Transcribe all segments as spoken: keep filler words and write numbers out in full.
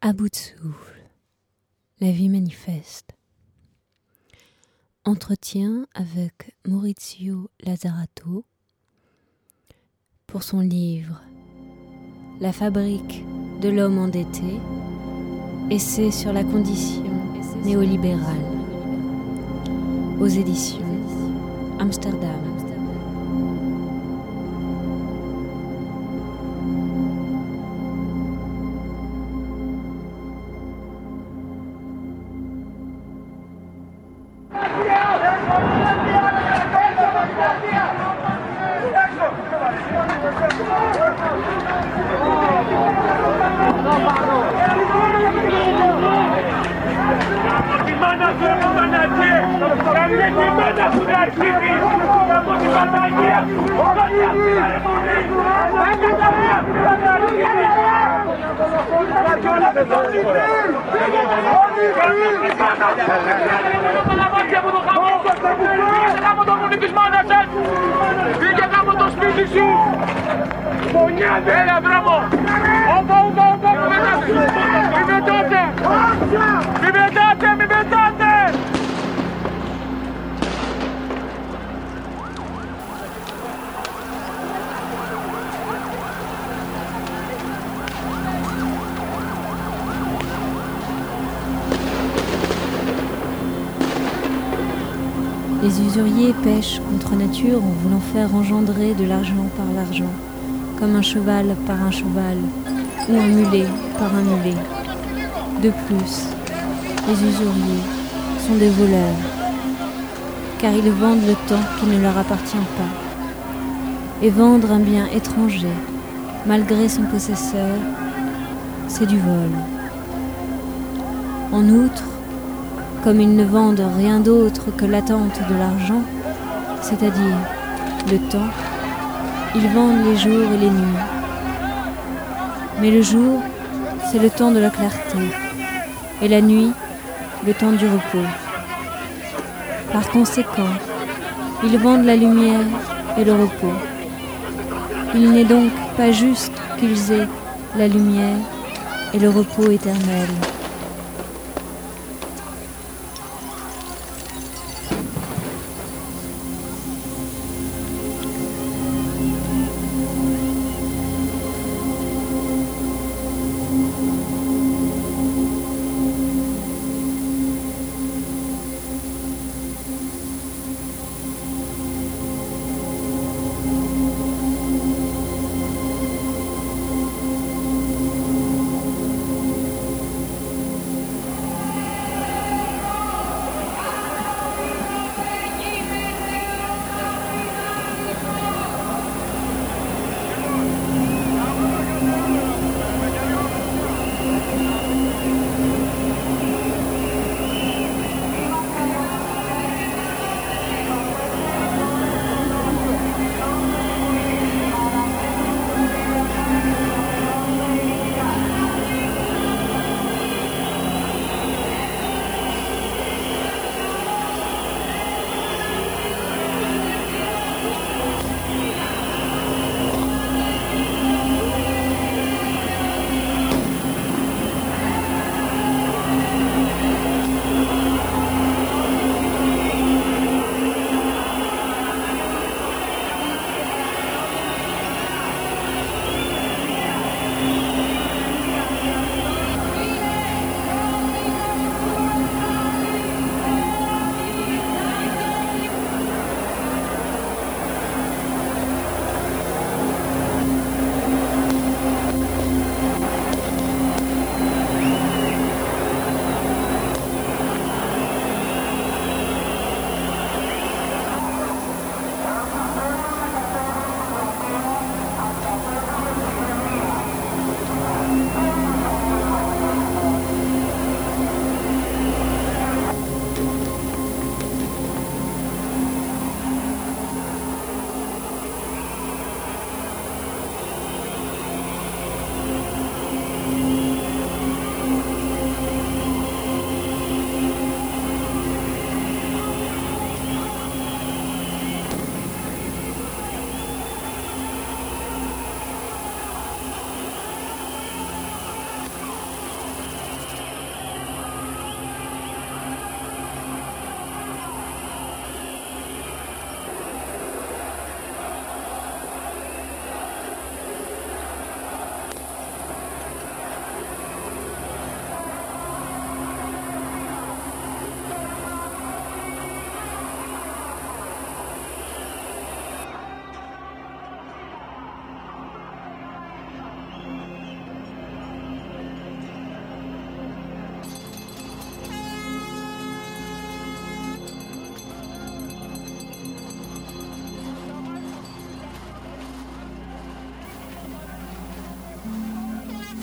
À bout de souffle, la vie manifeste. Entretien avec Maurizio Lazzarato pour son livre La fabrique de l'homme endetté, essai sur la condition néolibérale, aux éditions Amsterdam. Έλα, μπράβο! Όπα, όπα, όπα, μη πετάτε! Μη πετάτε! Μη πετάτε, μη πετάτε! Les usuriers pêchent contre nature en voulant faire engendrer de l'argent par l'argent, comme un cheval par un cheval, ou un mulet par un mulet. De plus, les usuriers sont des voleurs, car ils vendent le temps qui ne leur appartient pas. Et vendre un bien étranger, malgré son possesseur, c'est du vol. En outre, comme ils ne vendent rien d'autre que l'attente de l'argent, c'est-à-dire le temps, ils vendent les jours et les nuits. Mais le jour, c'est le temps de la clarté, et la nuit, le temps du repos. Par conséquent, ils vendent la lumière et le repos. Il n'est donc pas juste qu'ils aient la lumière et le repos éternel.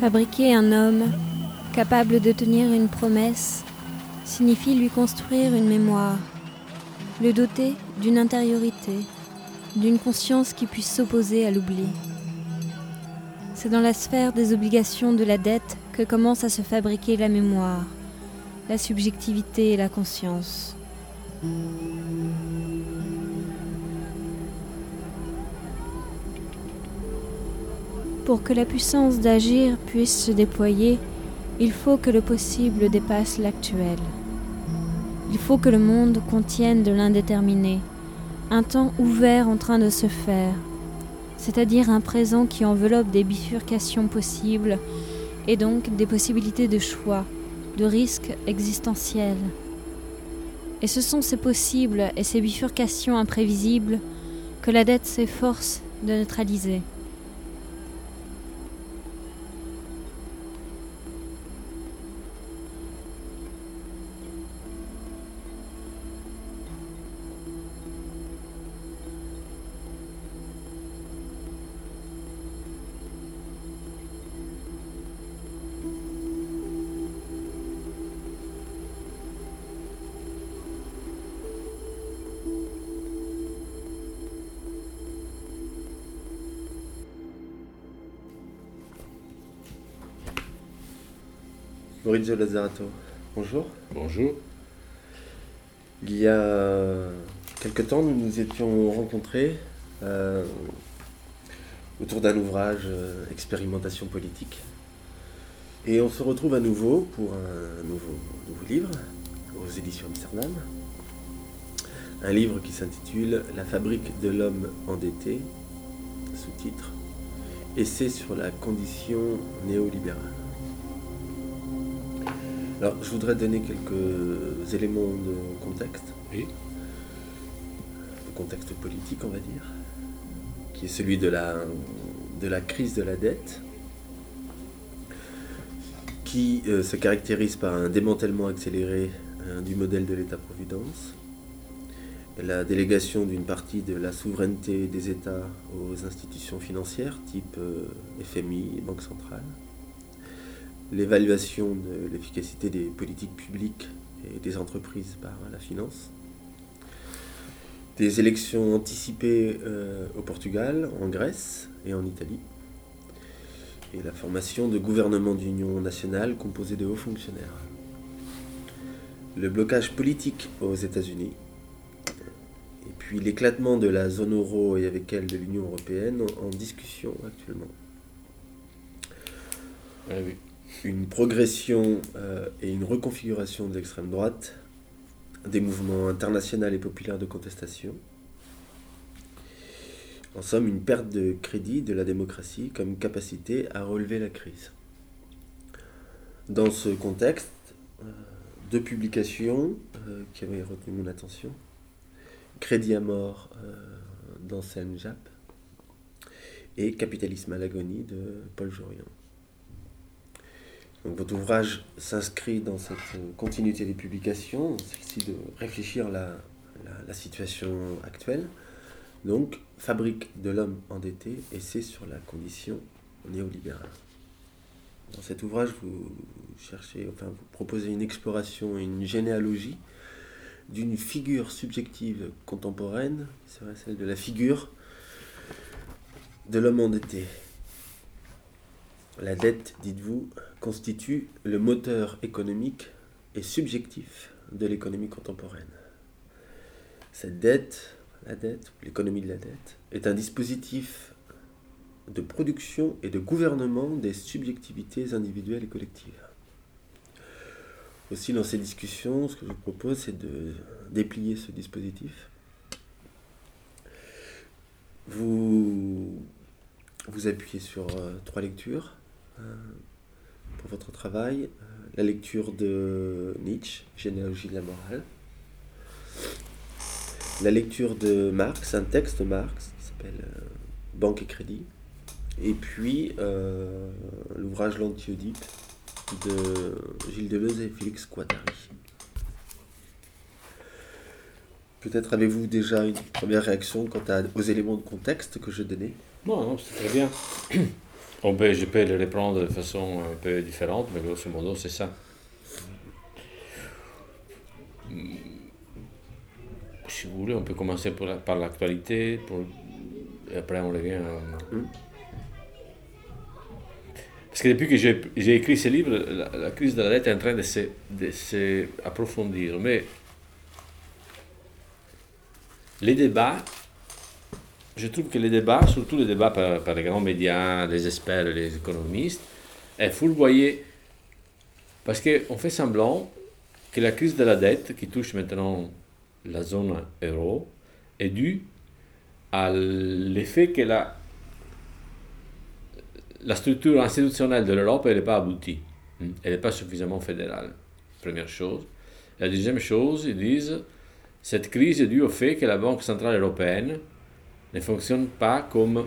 Fabriquer un homme capable de tenir une promesse signifie lui construire une mémoire, le doter d'une intériorité, d'une conscience qui puisse s'opposer à l'oubli. C'est dans la sphère des obligations de la dette que commence à se fabriquer la mémoire, la subjectivité et la conscience. Pour que la puissance d'agir puisse se déployer, il faut que le possible dépasse l'actuel. Il faut que le monde contienne de l'indéterminé, un temps ouvert en train de se faire, c'est-à-dire un présent qui enveloppe des bifurcations possibles et donc des possibilités de choix, de risques existentiels. Et ce sont ces possibles et ces bifurcations imprévisibles que la dette s'efforce de neutraliser. Maurizio Lazzarato, bonjour. Bonjour. Il y a quelque temps, nous nous étions rencontrés euh, autour d'un ouvrage euh, Expérimentation politique. Et on se retrouve à nouveau pour un nouveau, nouveau livre aux éditions Amsterdam. Un livre qui s'intitule La fabrique de l'homme endetté, sous-titre Essai sur la condition néolibérale. Alors, je voudrais donner quelques éléments de contexte. Oui. De contexte politique, on va dire, qui est celui de la, de la crise de la dette, qui euh, se caractérise par un démantèlement accéléré euh, du modèle de l'État-providence, la délégation d'une partie de la souveraineté des États aux institutions financières, type euh, F M I et Banque centrale, l'évaluation de l'efficacité des politiques publiques et des entreprises par la finance, des élections anticipées euh, au Portugal, en Grèce et en Italie, et la formation de gouvernements d'union nationale composés de hauts fonctionnaires. Le blocage politique aux États-Unis, et puis l'éclatement de la zone euro et avec elle de l'Union européenne en, en discussion actuellement. Ah oui. Une progression euh, et une reconfiguration de l'extrême droite, des mouvements internationaux et populaires de contestation. En somme, une perte de crédit de la démocratie comme capacité à relever la crise. Dans ce contexte, euh, deux publications euh, qui avaient retenu mon attention. Crédit à mort euh, d'Anselme Jappe et Capitalisme à l'agonie de Paul Jorion. Donc, votre ouvrage s'inscrit dans cette continuité des publications, celle-ci de réfléchir la, la, la situation actuelle. Donc, fabrique de l'homme endetté, essai sur la condition néolibérale. Dans cet ouvrage, vous cherchez, enfin, vous proposez une exploration et une généalogie d'une figure subjective contemporaine, qui serait celle de la figure de l'homme endetté. La dette, dites-vous, constitue le moteur économique et subjectif de l'économie contemporaine. Cette dette, la dette, l'économie de la dette, est un dispositif de production et de gouvernement des subjectivités individuelles et collectives. Aussi, dans ces discussions, ce que je vous propose, c'est de déplier ce dispositif. Vous vous appuyez sur euh, trois lectures euh, pour votre travail. Euh, la lecture de Nietzsche, Généalogie de la morale. La lecture de Marx, un texte de Marx qui s'appelle euh, Banque et crédit. Et puis euh, l'ouvrage L'Anti-Oedipe de Gilles Deleuze et Félix Guattari. Peut-être avez-vous déjà une première réaction quant à, aux éléments de contexte que je donnais ? Non, non, c'est très bien. On peut, je peux le reprendre de façon un peu différente, mais grosso modo, c'est ça. Si vous voulez, on peut commencer par, la, par l'actualité, pour, et après on revient à... Mm. Parce que depuis que j'ai, j'ai écrit ce livre, la, la crise de la dette est en train de se, de se approfondir. Mais les débats, je trouve que les débats, surtout les débats par, par les grands médias, les experts, les économistes, est fourvoyé parce qu'on fait semblant que la crise de la dette qui touche maintenant la zone euro est due à l'effet que la, la structure institutionnelle de l'Europe n'est pas aboutie. Elle n'est pas suffisamment fédérale, première chose. La deuxième chose, ils disent, cette crise est due au fait que la Banque Centrale Européenne ne fonctionne pas comme,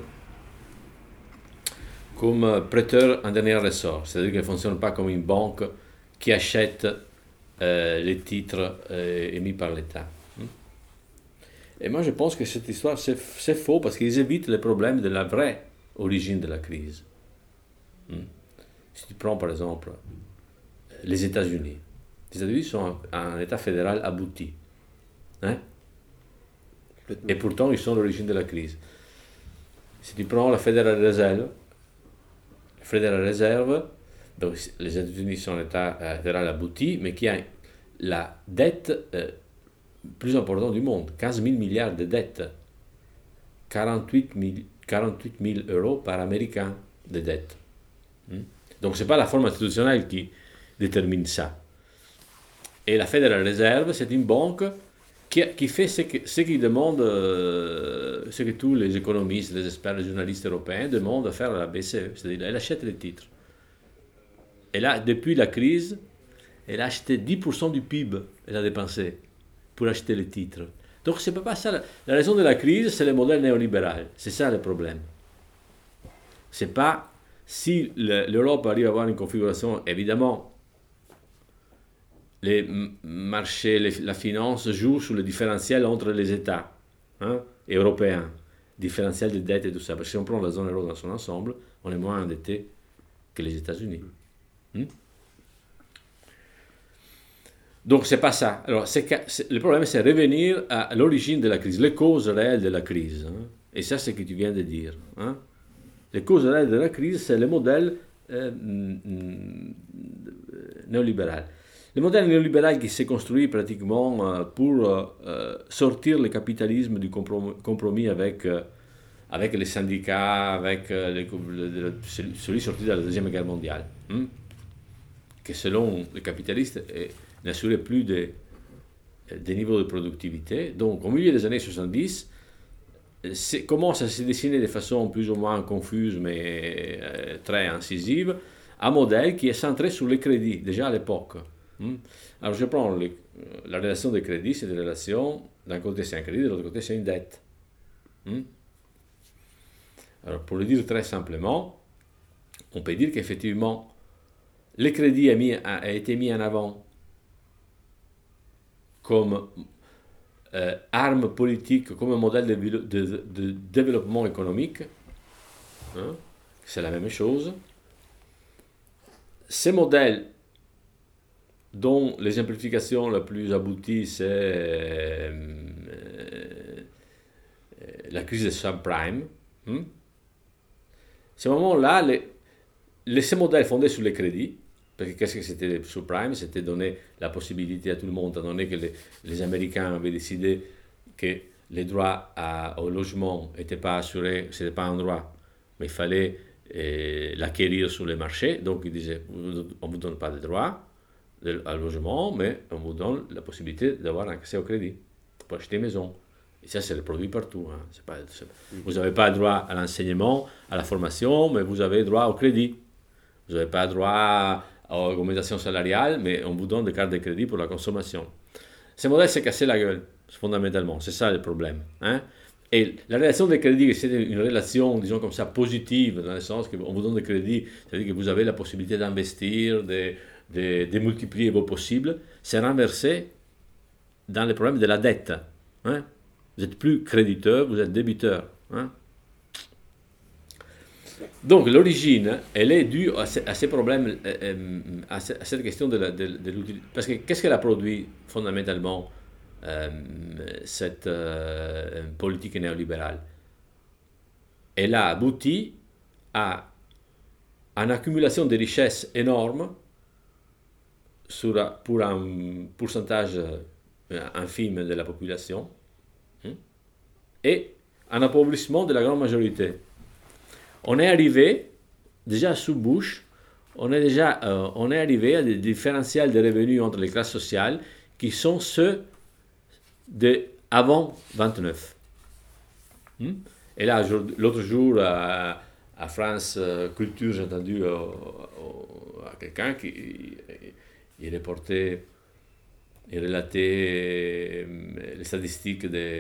comme prêteur en dernier ressort, c'est-à-dire qu'elle ne fonctionne pas comme une banque qui achète euh, les titres euh, émis par l'État. Et moi je pense que cette histoire c'est, c'est faux parce qu'ils évitent les problèmes de la vraie origine de la crise. Si tu prends par exemple les États-Unis, les États-Unis sont un, un État fédéral abouti. Hein? Et pourtant, ils sont l'origine de la crise. Si tu prends la Federal Reserve, la Federal Reserve, donc les États-Unis sont un État euh, fédéral abouti, mais qui a la dette euh, plus importante du monde, quinze mille milliards de dettes, quarante-huit mille euros par Américain de dettes. Hmm? Donc ce n'est pas la forme institutionnelle qui détermine ça. Et la Federal Reserve, c'est une banque Qui, qui fait ce, que, ce qui demande, euh, ce que tous les économistes, les experts, les journalistes européens demandent à faire à la B C E, c'est-à-dire elle achète les titres. Et là, depuis la crise, elle a acheté dix pour cent du P I B, elle a dépensé pour acheter les titres. Donc c'est pas ça. La, la raison de la crise, c'est le modèle néolibéral. C'est ça le problème. C'est pas si le, l'Europe arrive à avoir une configuration, évidemment. Les marchés, les, la finance joue sur le différentiel entre les États hein, européens, différentiel de dette et tout ça. Parce que si on prend la zone euro dans son ensemble, on est moins endetté que les États-Unis. Hmm? Donc c'est pas ça. Alors c'est que, c'est, le problème c'est revenir à l'origine de la crise, les causes réelles de la crise. Hein. Et ça c'est ce que tu viens de dire. Hein. Les causes réelles de la crise, c'est le modèle euh, néolibéral. Le modèle néolibéral qui s'est construit pratiquement euh, pour euh, sortir le capitalisme du compromis, compromis avec, euh, avec les syndicats, avec euh, les, le, le, celui sorti de la Deuxième Guerre mondiale, hein, que selon les capitalistes eh, n'assurait plus des, des niveaux de productivité. Donc au milieu des années soixante-dix, c'est, commence à se dessiner de façon plus ou moins confuse mais euh, très incisive, un modèle qui est centré sur les crédits, déjà à l'époque. Alors je prends les, la relation des crédits, c'est des relations, d'un côté c'est un crédit, de l'autre côté c'est une dette. Alors pour le dire très simplement, on peut dire qu'effectivement le crédit a, mis, a, a été mis en avant comme euh, arme politique, comme un modèle de, de, de, de développement économique. Hein, c'est la même chose. Ces modèles dont les simplifications la plus abouties, c'est euh, euh, la crise des subprimes. Hmm? Ces moments-là, les, les, ces modèles fondés sur les crédits, parce que qu'est-ce que c'était les subprimes? C'était donner la possibilité à tout le monde, étant donné que les, les Américains avaient décidé que les droits à, au logement n'étaient pas assurés, ce n'était pas un droit, mais il fallait euh, l'acquérir sur les marchés, donc ils disaient, on ne vous donne pas de droits à logement, mais on vous donne la possibilité d'avoir un accès au crédit pour acheter une maison. Et ça, c'est le produit partout. Hein. C'est pas, c'est, vous n'avez pas droit à l'enseignement, à la formation, mais vous avez droit au crédit. Vous n'avez pas droit à l'augmentation salariale, mais on vous donne des cartes de crédit pour la consommation. Ce modèle s'est cassé la gueule, fondamentalement. C'est ça le problème. Hein. Et la relation des crédits, c'est une relation, disons comme ça, positive, dans le sens qu'on vous donne des crédits, c'est-à-dire que vous avez la possibilité d'investir, de de, de multiplier vos possibles, c'est renversé dans le problème de la dette. Hein? Vous n'êtes plus créditeur, vous êtes débiteur. Hein? Donc l'origine, elle est due à, ce, à ces problèmes, euh, à, ce, à cette question de, la, de, de l'utilité. Parce que qu'est-ce qu'elle a produit fondamentalement, euh, cette euh, politique néolibérale? Elle a abouti à une accumulation de richesses énormes sur, pour un pourcentage infime de la population, hein, et un appauvrissement de la grande majorité. On est arrivé, déjà sous Bush, on est déjà euh, on est arrivé à des différentiels de revenus entre les classes sociales qui sont ceux de avant vingt-neuf. Hmm? Et là, l'autre jour, à, à France Culture, j'ai entendu euh, euh, à quelqu'un qui il reportait, il relatait les statistiques de,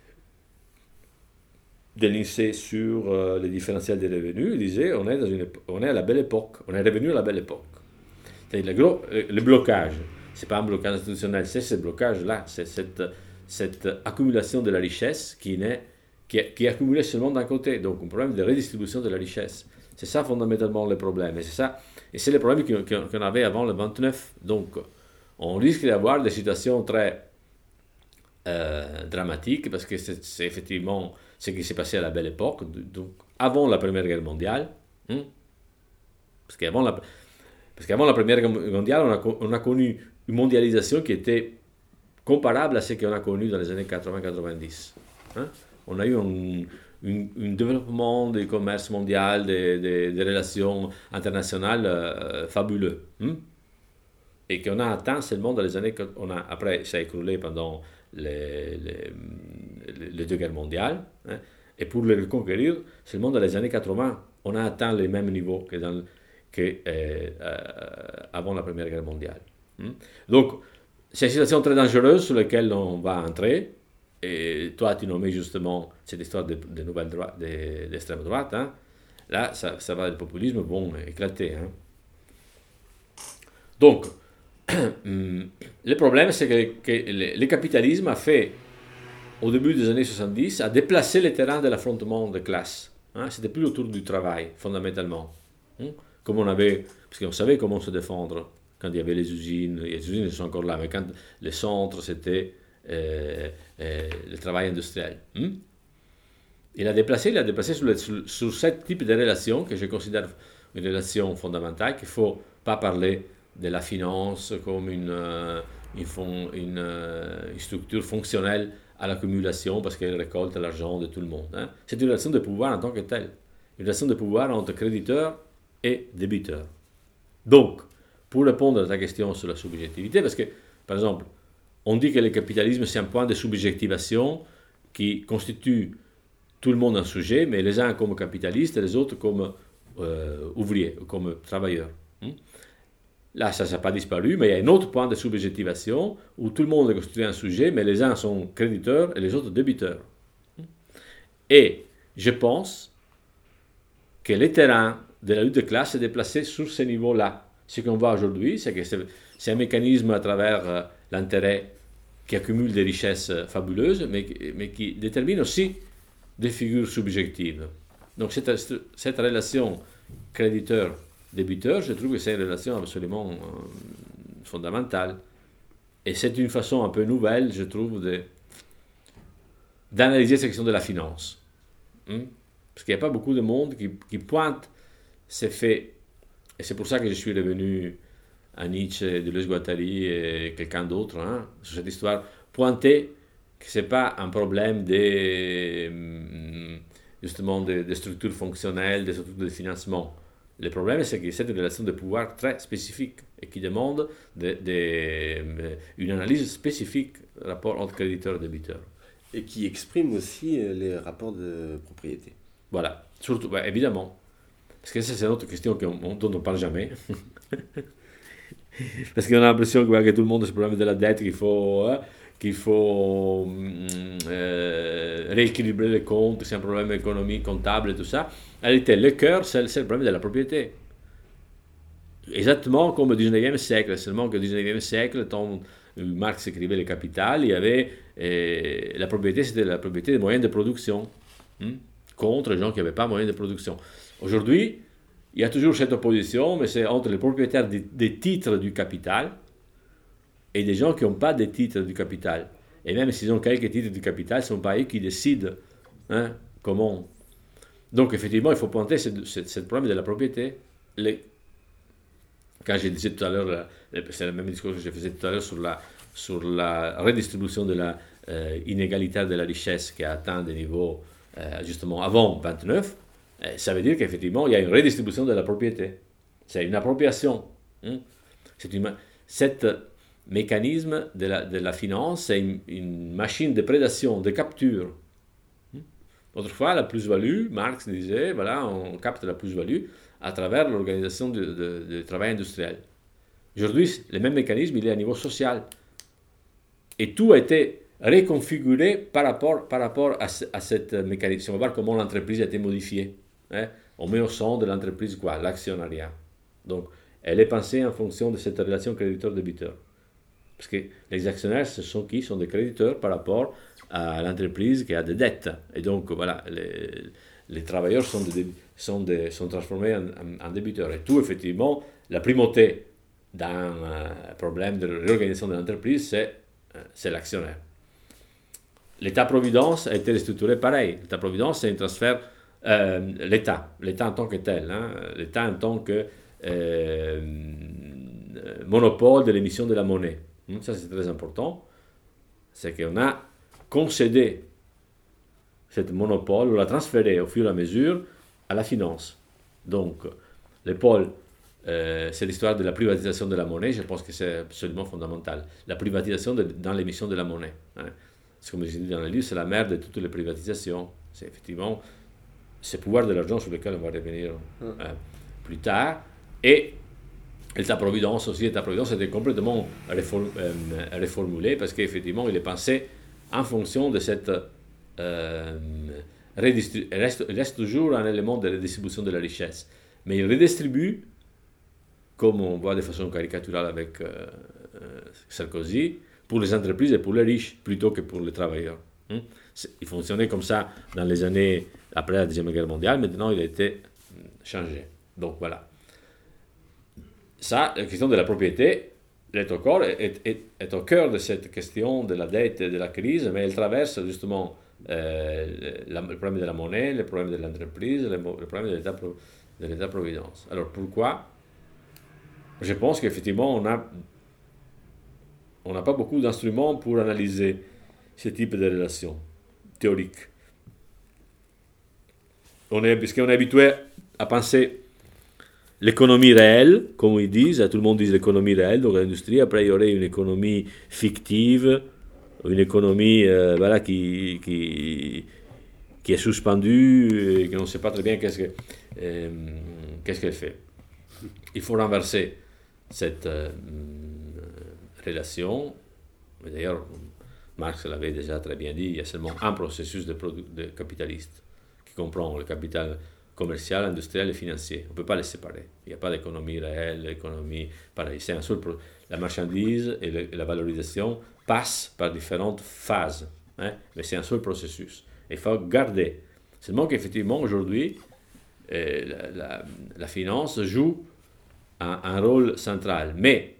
de l'INSEE sur euh, les différentiels des revenus. Il disait on est, dans une, on est à la belle époque, on est revenu à la belle époque. C'est-à-dire le, gros, le blocage, ce n'est pas un blocage institutionnel, c'est ce blocage-là, c'est cette, cette accumulation de la richesse qui, n'est, qui, est, qui est accumulée seulement d'un côté, donc un problème de redistribution de la richesse. C'est ça fondamentalement le problème, et c'est ça. Et c'est le problème qu'on avait avant le vingt-neuf. Donc, on risque d'avoir des situations très euh, dramatiques, parce que c'est, c'est effectivement ce qui s'est passé à la belle époque, donc avant la Première Guerre mondiale. Hein, parce, qu'avant la, parce qu'avant la Première Guerre mondiale, on a, on a connu une mondialisation qui était comparable à ce qu'on a connu dans les années quatre-vingts quatre-vingt-dix. Hein, on a eu un... un développement du commerce mondial, des, des, des relations internationales euh, fabuleux. Hein? Et qu'on a atteint seulement dans les années... On a, après, ça a écroulé pendant les, les, les deux guerres mondiales. Hein? Et pour les reconquérir, seulement dans les années quatre-vingts, on a atteint les mêmes niveaux que, dans, que euh, euh, avant la Première Guerre mondiale. Hein? Donc, c'est une situation très dangereuse sur laquelle on va entrer. Et toi, tu nommais justement cette histoire de, de nouvelle droite, de, d'extrême droite. Hein. Là, ça, ça va, le populisme vont éclater. Hein. Donc, le problème, c'est que, que le, le capitalisme a fait, au début des années soixante-dix, a déplacé le terrain de l'affrontement de classe. Hein. C'était plus autour du travail, fondamentalement. Hein. Comme on avait, parce qu'on savait comment se défendre quand il y avait les usines. Les usines sont encore là, mais quand les centres, c'était... Euh, euh, le travail industriel. Hmm? Il a déplacé, il a déplacé sur, le, sur, sur ce type de relation que je considère une relation fondamentale, qu'il ne faut pas parler de la finance comme une, euh, une, fond, une, euh, une structure fonctionnelle à l'accumulation parce qu'elle récolte l'argent de tout le monde. Hein? C'est une relation de pouvoir en tant que telle, une relation de pouvoir entre créditeurs et débiteurs. Donc, pour répondre à ta question sur la subjectivité, parce que, par exemple, on dit que le capitalisme, c'est un point de subjectivation qui constitue tout le monde un sujet, mais les uns comme capitalistes et les autres comme euh, ouvriers, comme travailleurs. Là, ça n'a pas disparu, mais il y a un autre point de subjectivation où tout le monde est constitué un sujet, mais les uns sont créditeurs et les autres débiteurs. Et je pense que le terrain de la lutte de classe s'est déplacé sur ce niveau-là. Ce qu'on voit aujourd'hui, c'est que c'est, c'est un mécanisme à travers euh, l'intérêt qui accumule des richesses fabuleuses, mais, mais qui détermine aussi des figures subjectives. Donc cette, cette relation créditeur-débiteur, je trouve que c'est une relation absolument euh, fondamentale. Et c'est une façon un peu nouvelle, je trouve, de, d'analyser cette question de la finance. Hum? Parce qu'il n'y a pas beaucoup de monde qui, qui pointe ces faits. Et c'est pour ça que je suis revenu à Nietzsche, Deleuze Guattari et quelqu'un d'autre, hein, sur cette histoire, pointer que ce n'est pas un problème de, justement, de, de structures fonctionnelles, de structures de financement. Le problème, c'est que c'est une relation de pouvoir très spécifique et qui demande de, de, une analyse spécifique du rapport entre créditeurs et débiteurs. Et qui exprime aussi les rapports de propriété. Voilà, surtout, bah, évidemment. Parce que ça, c'est une autre question dont on ne parle jamais. Parce qu'on a l'impression que, que tout le monde a ce problème de la dette, qu'il faut, hein, qu'il faut euh, rééquilibrer les comptes, c'est un problème économique, comptable et tout ça. En réalité, le cœur, c'est, c'est le problème de la propriété. Exactement comme au dix-neuvième siècle, seulement qu'au dix-neuvième siècle, quand Marx écrivait Le Capital, il y avait euh, la propriété, c'était la propriété des moyens de production. Hmm? contre les gens qui n'avaient pas moyen de production. Aujourd'hui, il y a toujours cette opposition, mais c'est entre les propriétaires des, des titres du capital et des gens qui n'ont pas des titres du capital. Et même s'ils ont quelques titres du capital, ce ne sont pas eux qui décident hein, comment. Donc, effectivement, il faut pointer ce, ce, ce problème de la propriété. Les, quand je disais tout à l'heure, c'est le même discours que je faisais tout à l'heure sur la, sur la redistribution de la euh, inégalitaire de la richesse qui a atteint des niveaux, euh, justement, avant vingt-neuf, euh, ça veut dire qu'effectivement, il y a une redistribution de la propriété. C'est une appropriation. Hein. C'est une, cette mécanisme de la, de la finance, c'est une, une machine de prédation, de capture. Autrefois, la plus-value, Marx disait, voilà, on capte la plus-value à travers l'organisation du de, de travail industriel. Aujourd'hui, le même mécanisme, il est à niveau social. Et tout a été reconfiguré par rapport, par rapport à, ce, à cette mécanisme. On va voir comment l'entreprise a été modifiée. Hein. On met au centre de l'entreprise quoi? L'actionnariat. Donc, elle est pensée en fonction de cette relation créditeur-débiteur. Parce que les actionnaires, ce sont qui? Ce sont des créditeurs par rapport à l'entreprise qui a des dettes. Et donc, voilà, les, les travailleurs sont, des, sont, des, sont transformés en, en, en débiteurs. Et tout, effectivement, la primauté d'un euh, problème de réorganisation de l'entreprise, c'est, euh, c'est l'actionnaire. L'État-providence a été restructuré pareil. L'État-providence, c'est un transfert, euh, l'État, l'État en tant que tel, hein, l'État en tant que euh, monopole de l'émission de la monnaie. Ça, c'est très important. C'est qu'on a concédé cette monopole, on l'a transféré au fur et à mesure à la finance. Donc, les pôles, euh, c'est l'histoire de la privatisation de la monnaie, je pense que c'est absolument fondamental. La privatisation de, dans l'émission de la monnaie. Hein. C'est comme je dis dans le livre, c'est la mère de toutes les privatisations. C'est effectivement ce pouvoir de l'argent sur lequel on va revenir euh, plus tard. Et l'État-providence aussi, l'État-providence était complètement réform, euh, réformulé parce qu'effectivement, il est pensé en fonction de cette euh, redistribution. Il reste, il reste toujours un élément de redistribution de la richesse. Mais il redistribue, comme on voit de façon caricaturale avec euh, Sarkozy, pour les entreprises et pour les riches, plutôt que pour les travailleurs. Hein? Il fonctionnait comme ça dans les années après la Deuxième Guerre mondiale, maintenant il a été changé. Donc voilà. Ça, la question de la propriété est au, corps, est, est, est au cœur de cette question de la dette et de la crise, mais elle traverse justement euh, la, le problème de la monnaie, le problème de l'entreprise, le, le problème de l'État, de l'État-providence. Alors pourquoi? Je pense qu'effectivement, on a, on n'a pas beaucoup d'instruments pour analyser ce type de relations théoriques. On est, puisqu'on est habitué à penser l'économie réelle, comme ils disent, tout le monde dit l'économie réelle, donc l'industrie, après il y aurait une économie fictive, une économie euh, voilà, qui, qui, qui est suspendue, et que l'on ne sait pas très bien qu'est-ce, que, euh, qu'est-ce qu'elle fait. Il faut renverser cette euh, relation. D'ailleurs, Marx l'avait déjà très bien dit, il y a seulement un processus de, produ- de capitaliste qui comprend le capital commercial, industriel et financier. On ne peut pas les séparer. Il n'y a pas d'économie réelle, économie pareil. C'est un seul pro- la marchandise et, le, et la valorisation passent par différentes phases, hein, mais c'est un seul processus. Il faut garder. Seulement qu'effectivement, aujourd'hui, euh, la, la, la finance joue un, un rôle central. Mais,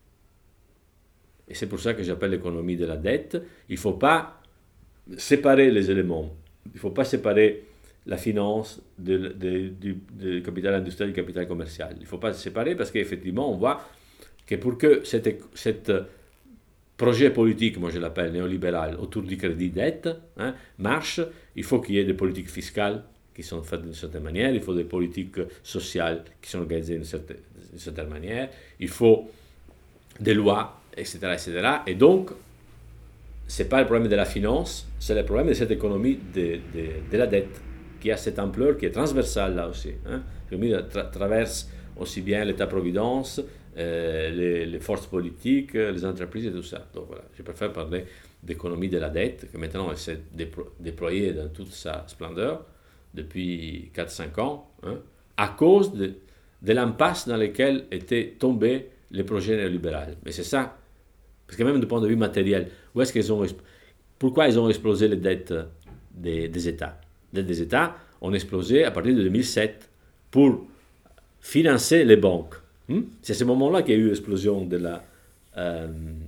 et c'est pour ça que j'appelle l'économie de la dette, il ne faut pas séparer les éléments. Il ne faut pas séparer la finance de, de, du, du capital industriel et du capital commercial. Il ne faut pas se séparer parce qu'effectivement, on voit que pour que cet projet politique, moi je l'appelle néolibéral, autour du crédit-dette, hein, marche, il faut qu'il y ait des politiques fiscales qui sont faites d'une certaine manière, il faut des politiques sociales qui sont organisées d'une certaine, d'une certaine manière, il faut des lois, et cetera, et cetera. Et donc, ce n'est pas le problème de la finance, c'est le problème de cette économie de, de, de la dette, qui a cette ampleur, qui est transversale là aussi. Hein. L'économie tra- traverse aussi bien l'État-providence, euh, les, les forces politiques, les entreprises et tout ça. Donc voilà, je préfère parler d'économie de la dette, que maintenant elle s'est déplo- déployée dans toute sa splendeur depuis quatre à cinq ans, hein, à cause de, de l'impasse dans laquelle étaient tombés les projets néolibéraux. Mais c'est ça, parce que même du point de vue matériel, où est-ce qu'ils ont, pourquoi ils ont explosé les dettes des, des États? dettes des États ont explosé à partir de deux mille sept pour financer les banques. Hmm? C'est à ce moment-là qu'il y a eu l'explosion de la, euh,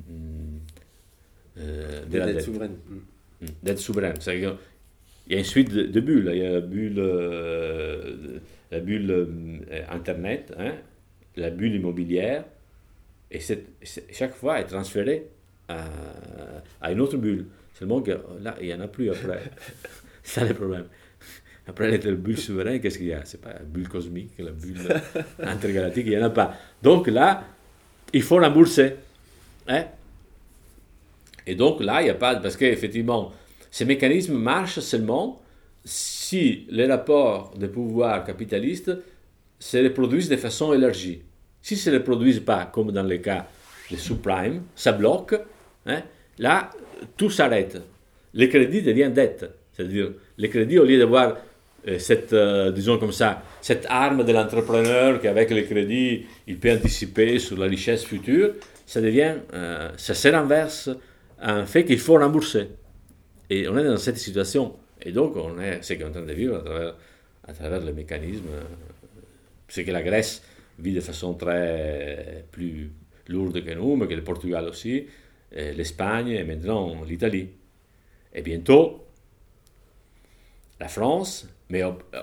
euh, de la dette dette souveraine. Hmm. Dette souveraine. C'est-à-dire qu'il y a une suite de, de bulles. Il y a la bulle, euh, la bulle euh, Internet, hein, la bulle immobilière, et cette, chaque fois est transférée à, à une autre bulle. Seulement que là, il n'y en a plus après. C'est ça le problème. Après la bulle souveraine, qu'est-ce qu'il y a? C'est pas la bulle cosmique, la bulle intergalactique, il n'y en a pas. Donc là, il faut rembourser. Hein? Et donc là, il n'y a pas... Parce qu'effectivement, ces mécanismes marchent seulement si les rapports de pouvoir capitalistes se reproduisent de façon élargie. Si se reproduisent pas, comme dans le cas des subprimes, ça bloque, hein, là, tout s'arrête. Le crédit devient dette. C'est-à-dire, le crédit, au lieu d'avoir euh, cette, euh, disons comme ça, cette arme de l'entrepreneur qu'avec le crédit, il peut anticiper sur la richesse future, ça devient, euh, ça se renverse un fait qu'il faut rembourser. Et on est dans cette situation. Et donc, on est, c'est qu'on est en train de vivre à travers, à travers le mécanisme. C'est que la Grèce vit de façon très plus lourde que nous, mais que le Portugal aussi, l'Espagne et maintenant l'Italie. Et bientôt, la France, mais,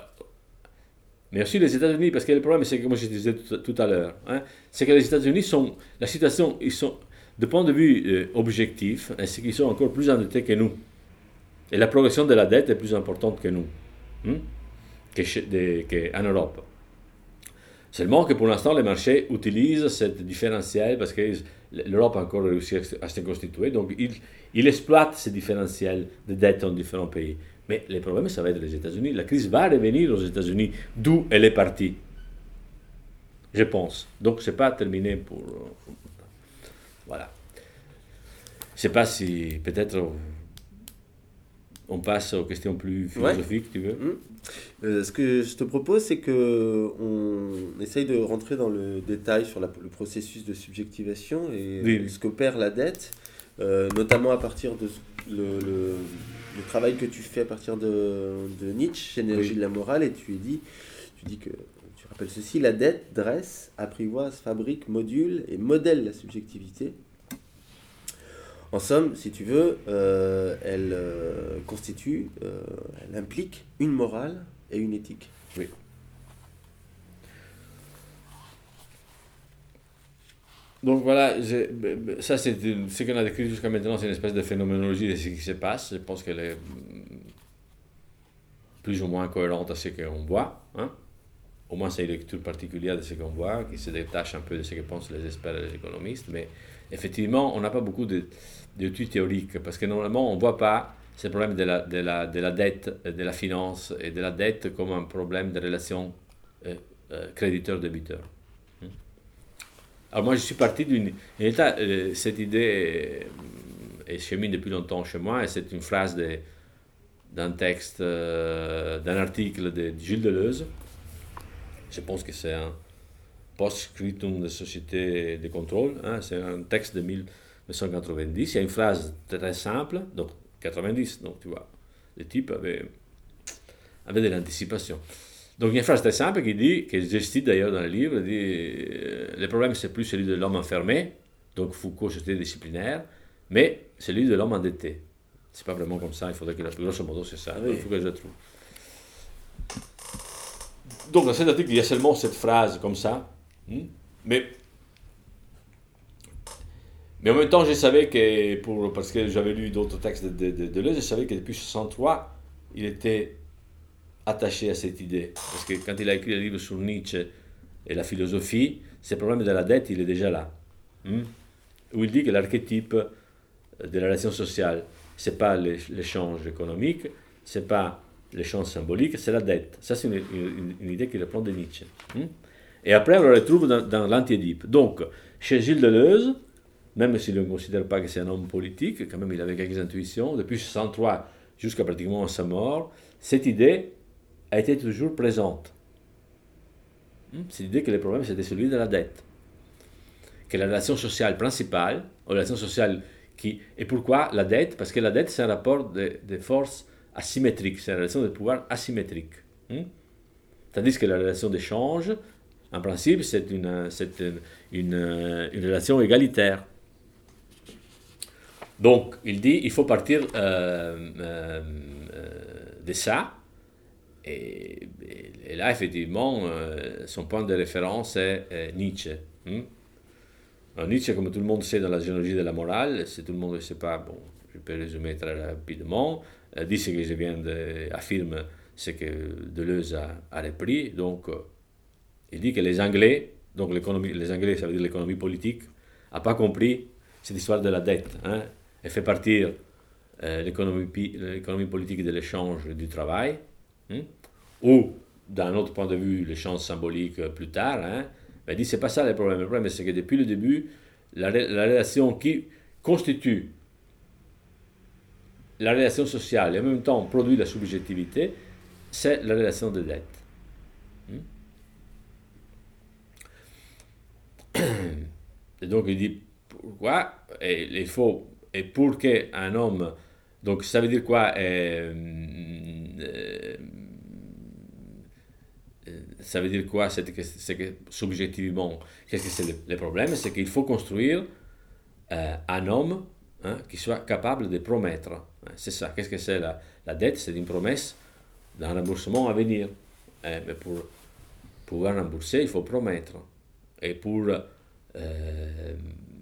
mais aussi les États-Unis, parce que le problème, c'est que, comme je disais tout, tout à l'heure, hein, c'est que les États-Unis sont, la situation, ils sont, de point de vue euh, objectif, c'est qu'ils sont encore plus endettés que nous. Et la progression de la dette est plus importante que nous, hein, qu'en Europe. Seulement que pour l'instant, les marchés utilisent cette différentiel parce que l'Europe a encore réussi à se constituer, donc il, il exploite ces différentiels de dette en différents pays. Mais le problème, ça va être les États-Unis. La crise va revenir aux États-Unis, d'où elle est partie, je pense. Donc, ce n'est pas terminé pour... Voilà. Je ne sais pas si, peut-être, on passe aux questions plus philosophiques, ouais. Tu veux mmh. euh, Ce que je te propose, c'est qu'on essaye de rentrer dans le détail sur la, le processus de subjectivation et oui, oui. ce qu'opère la dette, euh, notamment à partir de le, le, le travail que tu fais à partir de, de Nietzsche, Généalogie oui. de la morale, et tu dis, tu dis que, tu rappelles ceci, la dette dresse, apprivoise, fabrique, module et modèle la subjectivité. En somme, si tu veux, euh, elle euh, constitue, euh, elle implique une morale et une éthique. Oui. Donc voilà, je, ça c'est une, ce qu'on a décrit jusqu'à maintenant, c'est une espèce de phénoménologie de ce qui se passe. Je pense qu'elle est plus ou moins cohérente à ce qu'on voit. Hein? Au moins c'est une lecture particulière de ce qu'on voit, qui se détache un peu de ce que pensent les experts et les économistes. Mais effectivement, on n'a pas beaucoup de... d'études théoriques, parce que normalement on ne voit pas ce problème de la, de, la, de la dette, de la finance et de la dette comme un problème de relation euh, euh, créditeur-débiteur. Alors moi je suis parti d'une... État, euh, cette idée est, est chemine depuis longtemps chez moi, et c'est une phrase de, d'un texte, euh, d'un article de, de Gilles Deleuze. Je pense que c'est un post-scriptum de société de contrôle, hein, c'est un texte de mille neuf cent quatre-vingt-dix, il y a une phrase très simple, donc quatre-vingt-dix, donc tu vois, le type avait, avait de l'anticipation. Donc il y a une phrase très simple qui dit, que je cite d'ailleurs dans le livre, dit euh, le problème c'est plus celui de l'homme enfermé, donc Foucault c'était disciplinaire, mais celui de l'homme endetté. C'est pas vraiment comme ça, il faudrait que la plus grosso modo c'est ça, oui. Il faut que je le trouve. Donc dans cet article il y a seulement cette phrase comme ça, mais Mais en même temps, je savais que, pour, parce que j'avais lu d'autres textes de, de, de Deleuze, je savais que depuis soixante-trois, il était attaché à cette idée. Parce que quand il a écrit le livre sur Nietzsche et la philosophie, ce problème de la dette, il est déjà là. Hein? Où il dit que l'archétype de la relation sociale, ce n'est pas l'échange économique, ce n'est pas l'échange symbolique, c'est la dette. Ça, c'est une, une, une idée qu'il reprend de Nietzsche. Hein? Et après, on le retrouve dans, dans l'anti-Édipe. Donc, chez Gilles Deleuze, même s'il ne considère pas que c'est un homme politique, quand même il avait quelques intuitions, depuis soixante-trois jusqu'à pratiquement sa mort, cette idée a été toujours présente. C'est l'idée que le problème c'était celui de la dette. Que la relation sociale principale, ou la relation sociale qui... Et pourquoi la dette? Parce que la dette c'est un rapport de, de force asymétrique, c'est une relation de pouvoir asymétrique. Hein? Tandis que la relation d'échange, en principe, c'est une, c'est une, une, une relation égalitaire. Donc, il dit il faut partir euh, euh, de ça. Et, et là, effectivement, euh, son point de référence est euh, Nietzsche. Hein? Alors, Nietzsche, comme tout le monde sait dans la généalogie de la morale, si tout le monde ne sait pas, bon, je peux résumer très rapidement, euh, dit ce que je viens d'affirmer, c'est que Deleuze a, a repris. Donc, euh, il dit que les Anglais, donc l'économie, les Anglais, ça veut dire l'économie politique, n'ont pas compris cette histoire de la dette. Hein? Elle fait partir euh, l'économie, l'économie politique de l'échange du travail, hein? Ou, d'un autre point de vue, l'échange symbolique euh, plus tard. Hein? Mais il dit c'est pas ça le problème. Le problème, c'est que depuis le début, la, la relation qui constitue la relation sociale et en même temps produit la subjectivité, c'est la relation de dette. Et donc il dit pourquoi et il faut et pour qu'un homme, donc ça veut dire quoi euh, euh, ça veut dire quoi c'est que, c'est que subjectivement qu'est-ce que c'est le, le problème, c'est qu'il faut construire euh, un homme hein, qui soit capable de promettre. C'est ça. Qu'est-ce que c'est la, la dette? C'est une promesse d'un remboursement à venir. Eh, mais pour pouvoir rembourser, il faut promettre. Et pour, euh,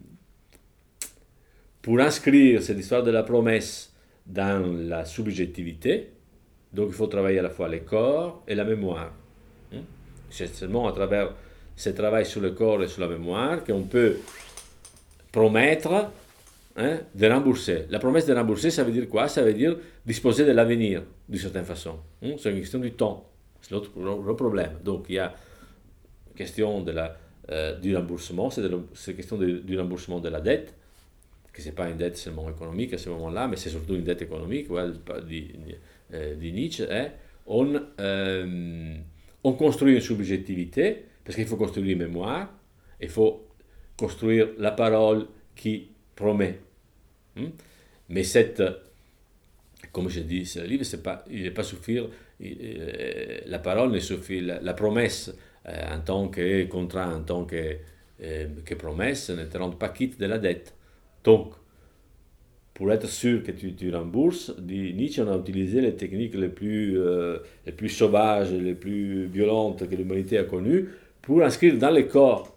pour inscrire cette histoire de la promesse dans la subjectivité, donc il faut travailler à la fois le corps et la mémoire. Hein? C'est seulement à travers ce travail sur le corps et sur la mémoire qu'on peut promettre hein, de rembourser. La promesse de rembourser, ça veut dire quoi? Ça veut dire disposer de l'avenir, d'une certaine façon. Hein? C'est une question du temps. C'est l'autre le problème. Donc il y a la question de la, euh, du remboursement, c'est la question de, du remboursement de la dette, que ce n'est pas une dette seulement économique à ce moment-là, mais c'est surtout une dette économique, ouais, dit, euh, dit Nietzsche. Hein? On, euh, on construit une subjectivité, parce qu'il faut construire une mémoire, il faut construire la parole qui promet. Hmm? Mais cette, comme je dis, ce livre, c'est pas, il n'est pas suffire, il, euh, la parole ne suffit, la, la promesse euh, en tant que contrat, en tant que, euh, que promesse, ne te rend pas quitte de la dette. Donc, pour être sûr que tu, tu rembourses, dit Nietzsche, on a utilisé les techniques les plus, euh, les plus sauvages, les plus violentes que l'humanité a connues, pour inscrire dans le corps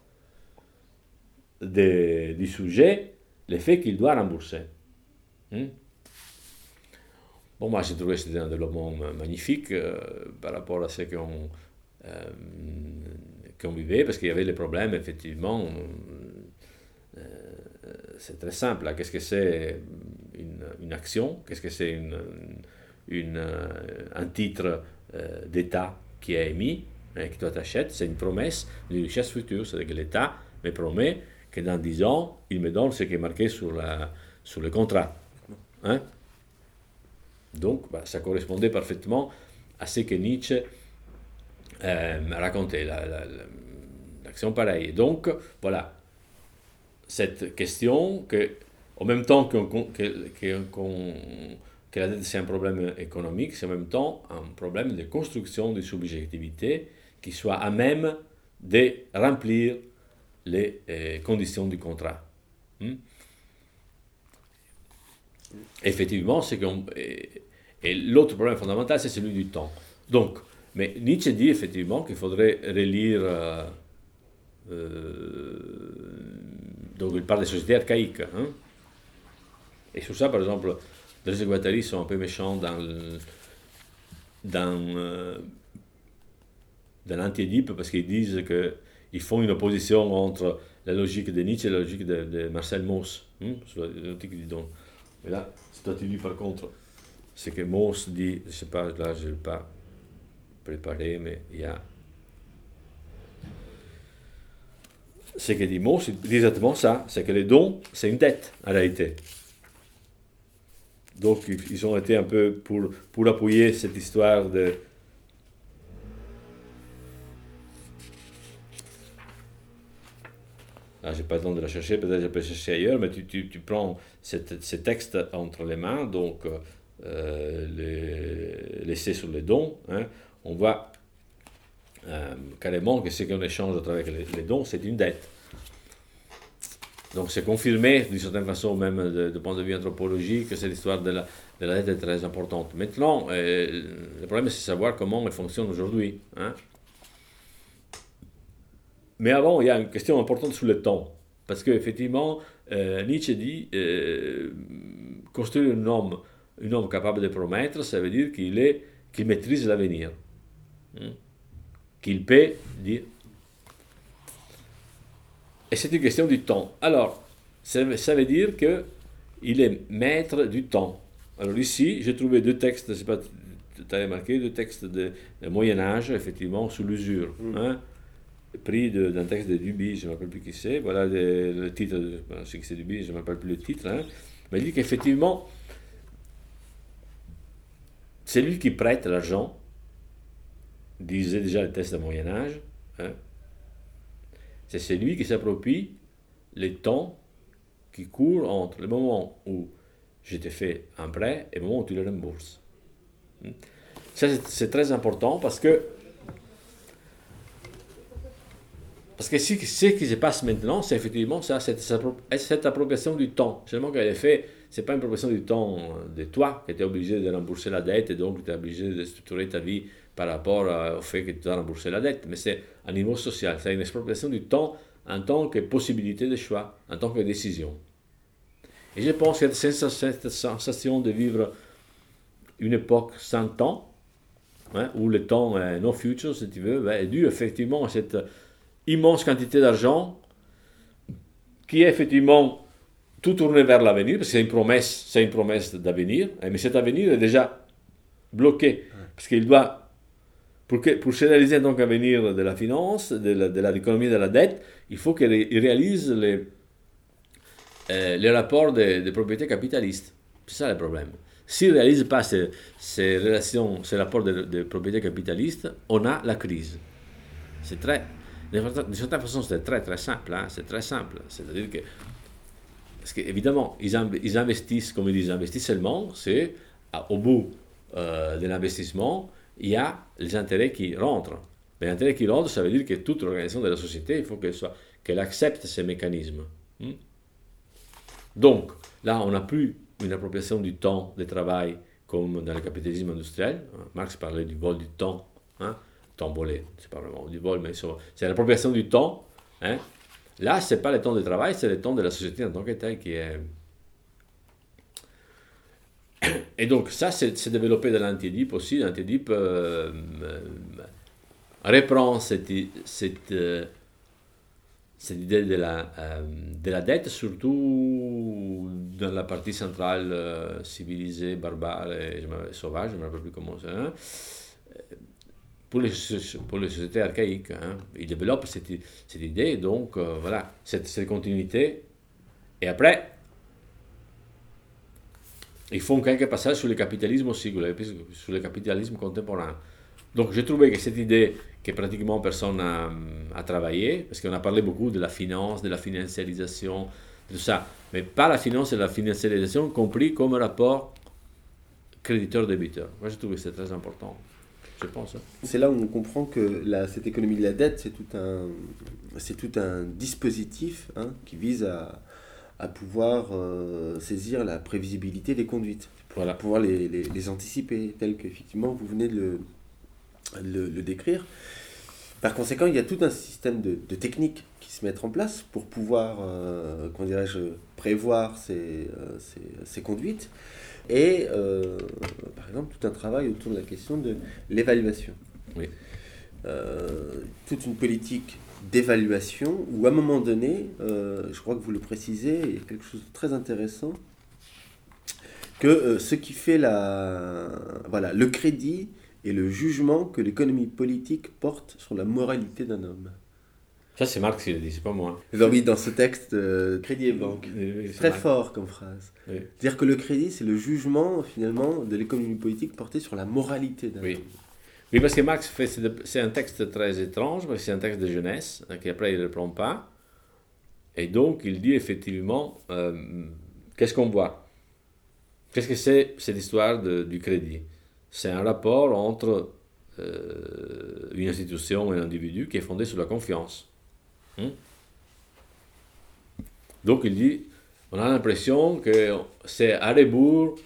de, du sujet le fait qu'il doit rembourser. Hmm? Bon, moi j'ai trouvé que c'était un développement magnifique euh, par rapport à ce qu'on euh, qu'on vivait, parce qu'il y avait les problèmes, effectivement. Euh, c'est très simple. Qu'est-ce que c'est une, une action? Qu'est-ce que c'est une, une, un titre euh, d'État qui est émis, hein, que toi t'achètes? C'est une promesse d'une richesse future. C'est-à-dire que l'État me promet que dans dix ans, il me donne ce qui est marqué sur, la, sur le contrat. Hein? Donc, bah, ça correspondait parfaitement à ce que Nietzsche euh, racontait, la, la, la, l'action pareille. Donc, voilà, cette question que, en même temps qu'on, que, que, qu'on, que la dette c'est un problème économique, c'est en même temps un problème de construction de subjectivité qui soit à même de remplir les euh, conditions du contrat. Hmm? Effectivement, c'est qu'on, et, et l'autre problème fondamental, c'est celui du temps. Donc, mais Nietzsche dit effectivement qu'il faudrait relire. Euh, euh, donc, il parle des sociétés archaïques. Hein? Et sur ça, par exemple, Deleuze et Guattari sont un peu méchants dans, le, dans, euh, dans l'anti-Édipe parce qu'ils disent que ils font une opposition entre la logique de Nietzsche et la logique de, de Marcel Mauss. Hein, sur l'éthique du don. Et là, si toi tu dis par contre, c'est que Mauss dit, je ne sais pas, là je ne l'ai pas préparé, mais il y a. Ce que dit Mauss, il dit exactement ça, c'est que les dons, c'est une dette en réalité. Donc ils ont été un peu pour, pour appuyer cette histoire de. Ah, je n'ai pas le temps de la chercher, peut-être que je peux chercher ailleurs, mais tu, tu, tu prends cette, ces textes entre les mains, donc euh, les, l'essai sur les dons, hein, on voit euh, carrément que ce qu'on échange à travers les, les dons, c'est une dette. Donc c'est confirmé d'une certaine façon, même de, de point de vue anthropologique, que c'est l'histoire de la, de la dette est très importante. Maintenant, euh, le problème c'est de savoir comment elle fonctionne aujourd'hui. Hein. Mais avant, il y a une question importante sur le temps. Parce qu'effectivement, euh, Nietzsche dit euh, construire un homme, un homme capable de promettre, ça veut dire qu'il est, qu'il maîtrise l'avenir. Hein. Qu'il peut dire. Et c'est une question du temps. Alors, ça, ça veut dire qu'il est maître du temps. Alors ici, j'ai trouvé deux textes, je ne sais pas, tu as remarqué, deux textes de, de Moyen-Âge, effectivement, sous l'usure. Mm. Hein, pris de, d'un texte de Duby, je ne me rappelle plus qui c'est, voilà le, le titre, de, je sais que c'est Duby, je ne me rappelle plus le titre, hein, mais il dit qu'effectivement, c'est lui qui prête l'argent, disait déjà le texte de Moyen-Âge, hein, c'est celui qui s'approprie les temps qui courent entre le moment où je t'ai fait un prêt et le moment où tu le rembourses. Ça, c'est, c'est très important parce que parce que ce qui se passe maintenant, c'est effectivement ça, cette, cette appropriation du temps. Seulement qu'elle est faite, ce n'est pas une appropriation du temps de toi, qui tu es obligé de rembourser la dette et donc tu es obligé de structurer ta vie par rapport au fait que tu dois rembourser la dette, mais c'est à niveau social, c'est une expropriation du temps en tant que possibilité de choix, en tant que décision. Et je pense que cette sensation de vivre une époque sans temps, hein, où le temps est no future, si tu veux, ben, est dû effectivement à cette immense quantité d'argent qui est effectivement tout tourné vers l'avenir, parce que c'est une promesse, c'est une promesse d'avenir, mais cet avenir est déjà bloqué, parce qu'il doit Pour, que, pour se réaliser en tant qu'avenir de la finance, de, la, de l'économie de la dette, il faut qu'il réalise les, euh, les rapports de, de propriété capitaliste. C'est ça le problème. S'il ne réalise pas ces, ces relations, ces rapports de, de propriété capitaliste, on a la crise. C'est très, d'une certaine façon, c'est très très simple. Hein, c'est très simple. C'est-à-dire que, parce qu'évidemment, ils, ils investissent, comme ils disent, ils investissent seulement, c'est au bout euh, de l'investissement, il y a les intérêts qui rentrent. Les intérêts qui rentrent, ça veut dire que toute l'organisation de la société, il faut qu'elle, soit, qu'elle accepte ces mécanismes. Hmm? Donc, là, on n'a plus une appropriation du temps de travail comme dans le capitalisme industriel. Marx parlait du vol du temps, hein? Temps volé, c'est pas vraiment du vol, mais c'est l'appropriation du temps. Hein? Là, ce n'est pas le temps de travail, c'est le temps de la société en tant que telle qui est... Et donc ça, c'est, c'est développé dans l'Anti-Oedipe aussi. L'Anti-Oedipe euh, euh, reprend cette, cette, euh, cette idée de la, euh, de la dette, surtout dans la partie centrale euh, civilisée, barbare et sauvage, je ne me rappelle plus comment c'est, hein, pour, les, pour les sociétés archaïques. Hein. Il développe cette, cette idée, donc euh, voilà, cette, cette continuité. Et après, ils font quelques passages sur le capitalisme aussi, sur le capitalisme contemporain. Donc j'ai trouvé que cette idée que pratiquement personne n'a a travaillé, parce qu'on a parlé beaucoup de la finance, de la financiarisation, de tout ça, mais pas la finance et la financiarisation compris comme rapport créditeur-débiteur. Moi j'ai trouvé que c'est très important, je pense. Hein. C'est là où on comprend que la, cette économie de la dette, c'est tout un, c'est tout un dispositif hein, qui vise à... à pouvoir euh, saisir la prévisibilité des conduites, pour voilà. pouvoir les, les, les anticiper, tel qu'effectivement vous venez de le, le, le décrire. Par conséquent, il y a tout un système de, de techniques qui se mettent en place pour pouvoir, euh, comment dirais-je, prévoir ces, euh, ces, ces conduites, et euh, par exemple tout un travail autour de la question de l'évaluation. Oui. Euh, toute une politique d'évaluation où à un moment donné, euh, je crois que vous le précisez, il y a quelque chose de très intéressant, que euh, ce qui fait la, voilà, le crédit et le jugement que l'économie politique porte sur la moralité d'un homme. Ça c'est Marx qui le dit, c'est pas moi. Alors oui, dans ce texte, euh, crédit et banque, oui, oui, c'est très Marx. fort comme phrase. Oui. C'est-à-dire que le crédit, c'est le jugement finalement de l'économie politique porté sur la moralité d'un oui. homme. Oui, parce que Marx fait, c'est un texte très étrange, parce que c'est un texte de jeunesse, hein, qu'après il ne reprend pas. Et donc il dit effectivement, euh, qu'est-ce qu'on voit? Qu'est-ce que c'est cette histoire de, du crédit? C'est un rapport entre euh, une institution et un individu qui est fondé sur la confiance. Hum? Donc il dit, on a l'impression que c'est à rebours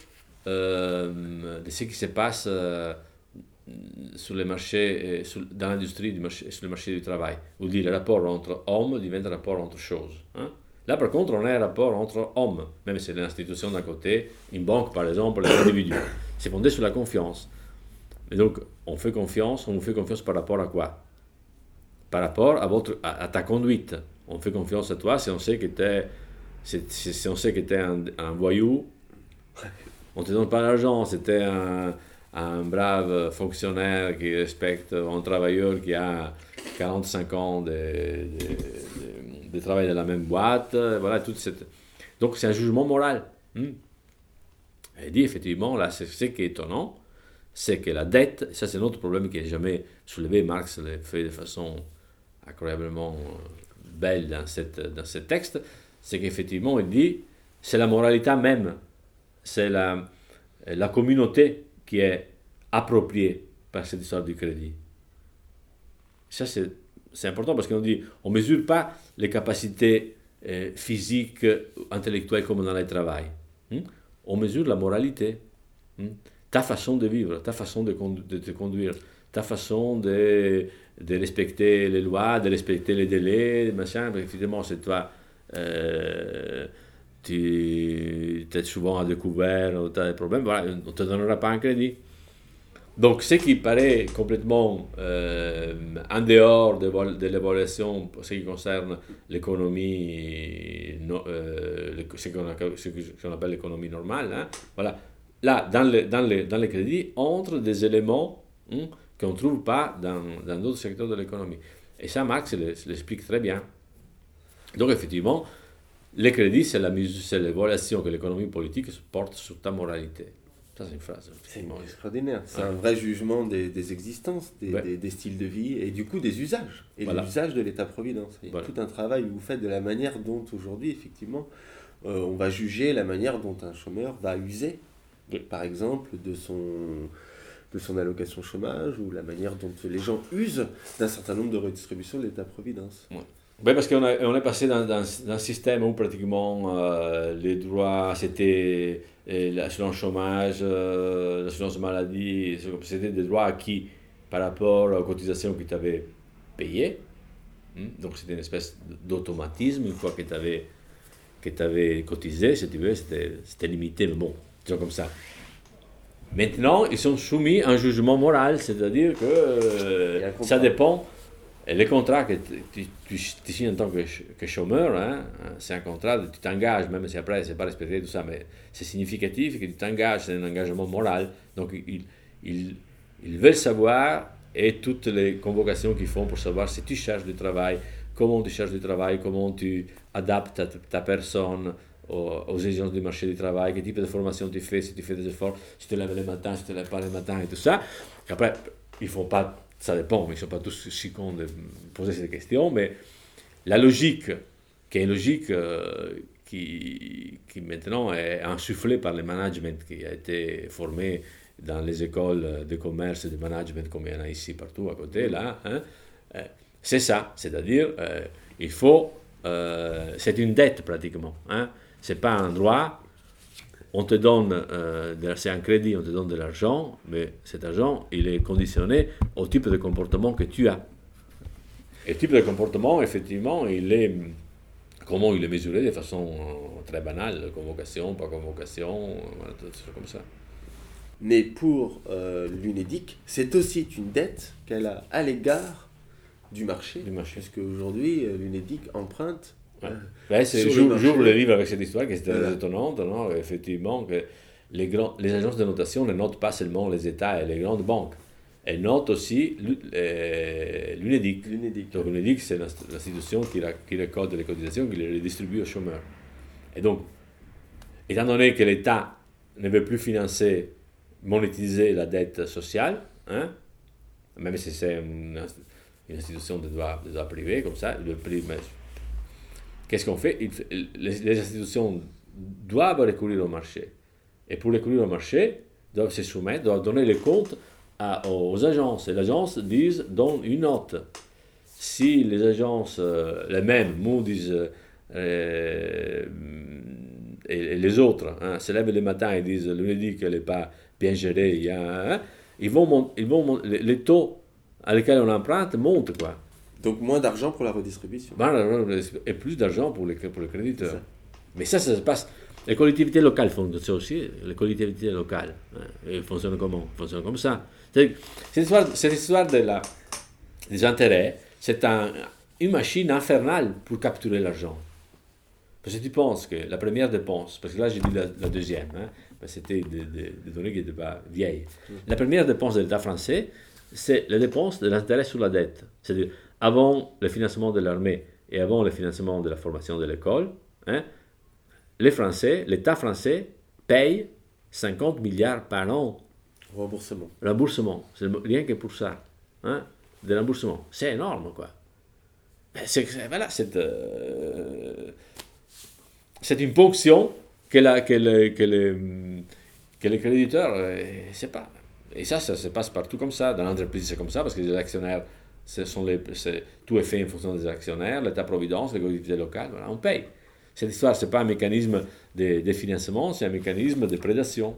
euh, de ce qui se passe euh, sur les marchés, sur, dans l'industrie du marché, sur le marché du travail. Vous dites le rapport entre hommes devient un rapport entre choses. Hein? Là, par contre, on a un rapport entre hommes, même si c'est l'institution d'un côté, une banque par exemple, les individus. C'est fondé sur la confiance. Et donc, on fait confiance, on vous fait confiance par rapport à quoi? Par rapport à, votre, à, à ta conduite. On fait confiance à toi si on sait que tu es si on sait que tu es un, un voyou, on ne te donne pas d'argent. Si tu es un, un brave fonctionnaire qui respecte un travailleur qui a quarante-cinq ans de, de, de, de travail dans la même boîte, voilà, toute cette... Donc c'est un jugement moral. Hmm. Il dit effectivement, là, c'est ce qui est étonnant, c'est que la dette, ça c'est un autre problème qui n'est jamais soulevé, Marx le fait de façon incroyablement belle dans, cette, dans ce texte, c'est qu'effectivement, il dit, c'est la moralité même, c'est la, la communauté qui est appropriée par cette histoire du crédit. Ça, c'est, c'est important parce qu'on dit, on ne mesure pas les capacités euh, physiques, intellectuelles comme dans le travail. Hein? On mesure la moralité, hein? Ta façon de vivre, ta façon de, condu- de te conduire, ta façon de, de respecter les lois, de respecter les délais, machin. Évidemment, c'est toi... Euh, tu es souvent à découvert ou tu as des problèmes, voilà, on ne te donnera pas un crédit. Donc, ce qui paraît complètement euh, en dehors de, de l'évaluation pour ce qui concerne l'économie, no, euh, ce, qu'on a, ce qu'on appelle l'économie normale, hein, voilà. Là, dans les, dans, les, dans les crédits, entrent des éléments hein, qu'on ne trouve pas dans, dans d'autres secteurs de l'économie. Et ça, Marx l'explique très bien. Donc, effectivement, les crédits, c'est, la, c'est l'évaluation que l'économie politique porte sur ta moralité. Ça, c'est une phrase. C'est extraordinaire. C'est ouais. un vrai jugement des, des existences, des, ouais. des, des styles de vie et du coup des usages. Et voilà. l'usage de l'État-providence. Il y a voilà. tout un travail que vous faites de la manière dont, aujourd'hui, effectivement, euh, on va juger la manière dont un chômeur va user, oui. par exemple, de son... de son allocation chômage ou la manière dont les gens usent d'un certain nombre de redistributions de l'État-providence. Ouais. Oui, parce qu'on a, on est passé dans, dans, dans un système où pratiquement euh, les droits, c'était euh, l'assurance chômage, euh, l'assurance maladie, c'était des droits acquis par rapport aux cotisations que tu avais payées. Donc c'était une espèce d'automatisme, une fois que tu avais, que tu avais cotisé, si tu veux, c'était, c'était limité, mais bon, disons comme ça. Maintenant, ils sont soumis à un jugement moral, c'est-à-dire que euh, ça dépend. Et les contrats que tu, tu, tu signes en tant que, que chômeur, hein, c'est un contrat, tu t'engages, même si après c'est pas respecté, tout ça, mais c'est significatif que tu t'engages, c'est un engagement moral. Donc ils, ils, ils veulent savoir, et toutes les convocations qu'ils font pour savoir si tu cherches du travail, comment tu cherches du travail, comment tu adaptes ta, ta personne aux, aux exigences du marché du travail, quel type de formation tu fais, si tu fais des efforts, si tu te lèves le matin, si tu te lèves pas le matin et tout ça. Et après, ils font pas. Ça dépend, mais ils ne sont pas tous si cons de poser ces questions, mais la logique, qui est une logique euh, qui, qui maintenant est insufflée par le management, qui a été formé dans les écoles de commerce et de management, comme il y en a ici partout à côté, là, hein, euh, c'est ça, c'est-à-dire, euh, il faut, euh, c'est une dette pratiquement, hein, ce n'est pas un droit. On te donne, euh, c'est un crédit, on te donne de l'argent, mais cet argent, il est conditionné au type de comportement que tu as. Et le type de comportement, effectivement, il est, comment il est mesuré de façon euh, très banale, convocation, pas convocation, voilà, tout ça comme ça. Mais pour euh, l'UNEDIC, c'est aussi une dette qu'elle a à l'égard du marché, du marché. Parce qu'aujourd'hui, l'UNEDIC emprunte. Ouais. Ben, c'est, j'ouvre, j'ouvre le livre avec cette histoire qui est voilà. étonnante, non? Effectivement, que les, grands, les agences de notation ne notent pas seulement les États et les grandes banques, elles notent aussi l'UNEDIC. L'UNEDIC. Donc l'UNEDIC, c'est l'institution qui, qui récolte les cotisations, qui les redistribue aux chômeurs. Et donc, étant donné que l'État ne veut plus financer, monétiser la dette sociale, hein, même si c'est une, une institution de droit, de droit privé, comme ça, le prix... Qu'est-ce qu'on fait? Les institutions doivent recourir au marché. Et pour les conduire au marché, doivent se soumettre, doivent donner les comptes à, aux agences. Et l'agence disent, donne une note. Si les agences, euh, les mêmes, Moody's euh, et, et les autres, hein, se lèvent le matin et disent, l'Unédic n'est pas bien géré, il y a, hein, ils vont, ils vont les, les taux à lesquels on emprunte montent, quoi. Donc moins d'argent pour la redistribution. Et plus d'argent pour les, pour les créditeurs. Ça. Mais ça, ça se passe. Les collectivités locales font ça aussi. Les collectivités locales, hein, elles fonctionnent comment? Elles fonctionnent comme ça. C'est, cette histoire, cette histoire de la, des intérêts, c'est un, une machine infernale pour capturer l'argent. Parce que tu penses que la première dépense, parce que là j'ai dit la, la deuxième, hein, c'était des, des, des données qui n'étaient pas vieilles. La première dépense de l'État français, c'est la dépense de l'intérêt sur la dette. C'est-à-dire, avant le financement de l'armée et avant le financement de la formation de l'école, hein, les Français, l'État français paye cinquante milliards par an. Remboursement. Remboursement. C'est rien que pour ça. Hein, de remboursement. C'est énorme, quoi. C'est, voilà, c'est, euh, c'est une ponction que, la, que, le, que, le, que les créditeurs, euh, c'est pas. Et ça, ça se passe partout comme ça. Dans l'entreprise, c'est comme ça, parce que les actionnaires, ce sont les, c'est, tout est fait en fonction des actionnaires, l'État-providence, les collectivités locales, voilà, on paye. Cette histoire, ce n'est pas un mécanisme de, de financement, c'est un mécanisme de prédation.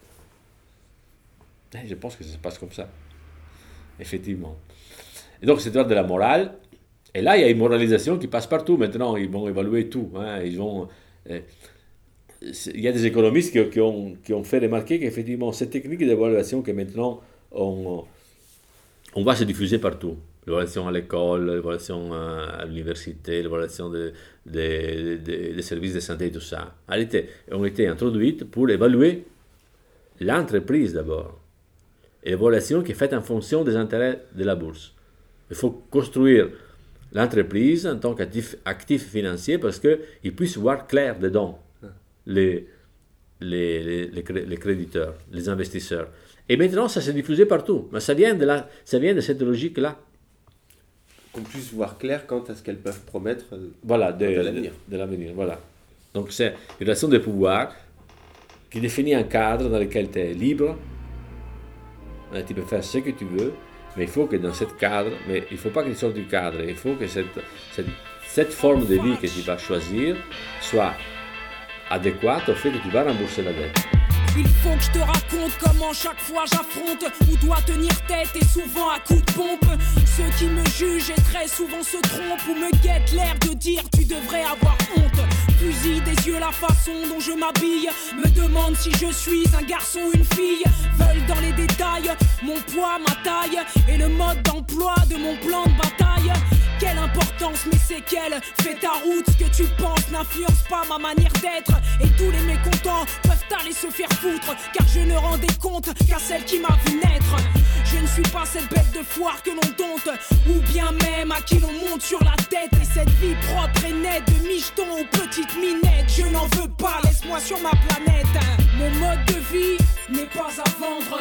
Et je pense que ça se passe comme ça, effectivement. Et donc, c'est l'histoire de la morale. Et là, il y a une moralisation qui passe partout. Maintenant, ils vont évaluer tout. Hein, ils vont... Euh, il y a des économistes qui, qui, ont, qui ont fait remarquer qu'effectivement, cette technique d'évaluation que maintenant on, on va se diffuser partout, l'évaluation à l'école, l'évaluation à l'université, l'évaluation des de, de, de services de santé et tout ça, elle était, ont été introduites pour évaluer l'entreprise d'abord. Et l'évaluation qui est faite en fonction des intérêts de la bourse. Il faut construire l'entreprise en tant qu'actif actif financier parce qu'ils puissent voir clair dedans. Les, les, les, les, les créditeurs, les investisseurs. Et maintenant, ça s'est diffusé partout. Mais ça vient de, la, ça vient de cette logique-là. Qu'on puisse voir clair quant à ce qu'elles peuvent promettre voilà, de, de l'avenir. De, de l'avenir voilà. Donc, c'est une relation de pouvoir qui définit un cadre dans lequel tu es libre. Tu peux faire ce que tu veux, mais il faut que dans ce cadre, mais il ne faut pas qu'il sorte du cadre, il faut que cette, cette, cette forme de vie que tu vas choisir soit adéquate au fait que tu vas rembourser la dette. Il faut que je te raconte comment chaque fois j'affronte où doit tenir tête et souvent à coups de pompe. Ceux qui me jugent et très souvent se trompent ou me guettent l'air de dire tu devrais avoir honte. Fusille des yeux la façon dont je m'habille, me demande si je suis un garçon ou une fille. Veulent dans les détails mon poids, ma taille et le mode d'emploi de mon plan de bataille. Quelle importance, mais c'est qu'elle fais ta route, ce que tu penses n'influence pas ma manière d'être. Et tous les mécontents peuvent aller se faire foutre, car je ne rendais compte qu'à celle qui m'a vu naître. Je ne suis pas cette bête de foire que l'on dompte, ou bien même à qui l'on monte sur la tête. Et cette vie propre et nette, de micheton aux petites minettes, je n'en veux pas, laisse-moi sur ma planète. Mon mode de vie n'est pas à vendre,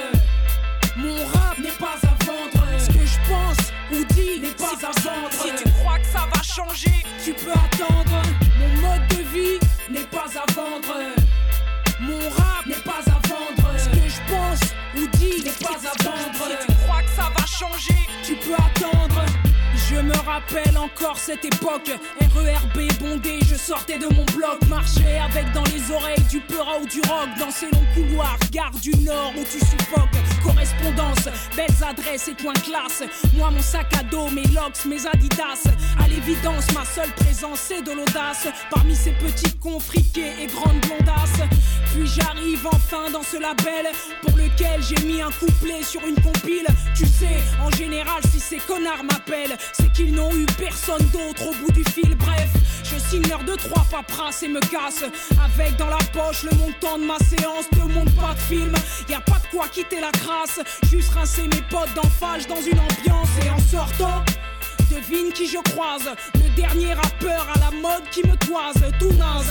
mon rap n'est pas à vendre, ce que je pense ou dis n'est pas si, à vendre. Si tu crois que ça va changer, tu peux attendre. Mon mode de vie n'est pas à vendre, mon rap n'est pas à vendre, ce que je pense ou dis n'est pas à vendre. Si tu crois que ça va changer, tu peux attendre. Je me rappelle encore cette époque, R E R B bondé, je sortais de mon bloc, marchais avec dans les oreilles du peura ou du rock, dans ces longs couloirs, gare du Nord où tu suffoques, correspondance, belles adresses et coins classe, moi mon sac à dos, mes locks, mes adidas, à l'évidence ma seule présence c'est de l'audace, parmi ces petits cons friqués et grandes blondasses, puis j'arrive enfin dans ce label, pour lequel j'ai mis un couplet sur une compile, tu sais, en général si ces connards m'appellent, c'est qu'ils n'ont eu personne d'autre au bout du fil. Bref, je signe l'heure de trois paperasses et me casse, avec dans la poche le montant de ma séance. Te montre pas de film, y a pas de quoi quitter la crasse, juste rincer mes potes d'enfage dans une ambiance. Et en sortant, devine qui je croise, le dernier rappeur à la mode qui me toise, tout naze,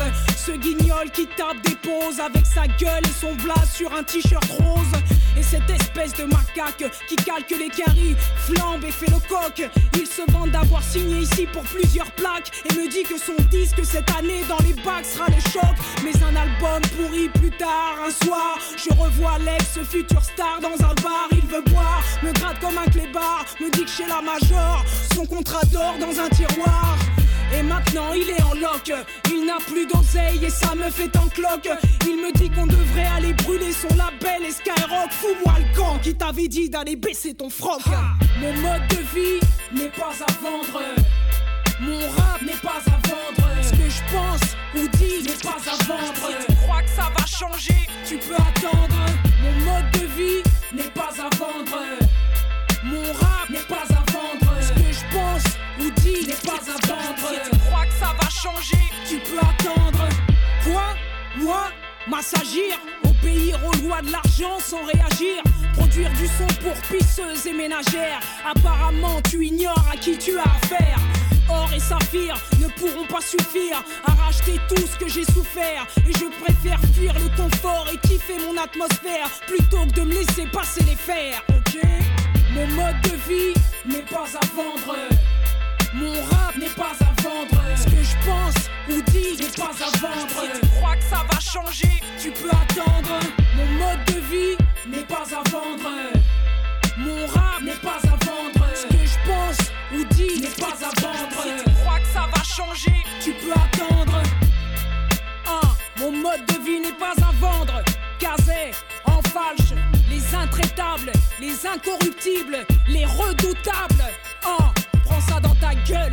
ce guignol qui tape des poses avec sa gueule et son blaze sur un t-shirt rose. Et cette espèce de macaque qui calque les caries, flambe et fait le coq. Il se vante d'avoir signé ici pour plusieurs plaques et me dit que son disque cette année dans les bacs sera le choc. Mais un album pourri plus tard, un soir, je revois l'ex-future star dans un bar. Il veut boire, me gratte comme un clébard, me dit que chez la Major, son contrat dort dans un tiroir. Et maintenant il est en loc, il n'a plus d'oseille et ça me fait en cloque. Il me dit qu'on devrait aller brûler son label et Skyrock. Fous-moi le camp qui t'avait dit d'aller baisser ton froc. Ah, mon mode de vie n'est pas à vendre, mon rap n'est pas à vendre, ce que je pense ou dis n'est pas à vendre. Si tu crois que ça va changer, tu peux attendre. Mon mode de vie n'est pas à vendre, mon rap n'est pas à vendre, ce que je pense ou dis n'est pas à vendre. Si tu crois que ça va changer, tu peux attendre. Quoi? Moi? M'assagir, obéir aux lois de l'argent sans réagir, produire du son pour pisseuses et ménagères. Apparemment tu ignores à qui tu as affaire. Or et saphir ne pourront pas suffire à racheter tout ce que j'ai souffert. Et je préfère fuir le confort et kiffer mon atmosphère plutôt que de me laisser passer les fers. Ok? Mon mode de vie n'est pas à vendre, mon rap n'est pas à vendre, ce que je pense ou dis n'est pas à vendre. Si tu crois que ça va changer, tu peux attendre. Mon mode de vie n'est pas à vendre, mon rap n'est pas à vendre, ce que je pense ou dis n'est pas à vendre. Si tu crois que ça va changer, tu peux attendre. Ah, mon mode de vie n'est pas à vendre. Casé, en falche, les intraitables, les incorruptibles, les redoutables. Ah, prends ça dans ta gueule.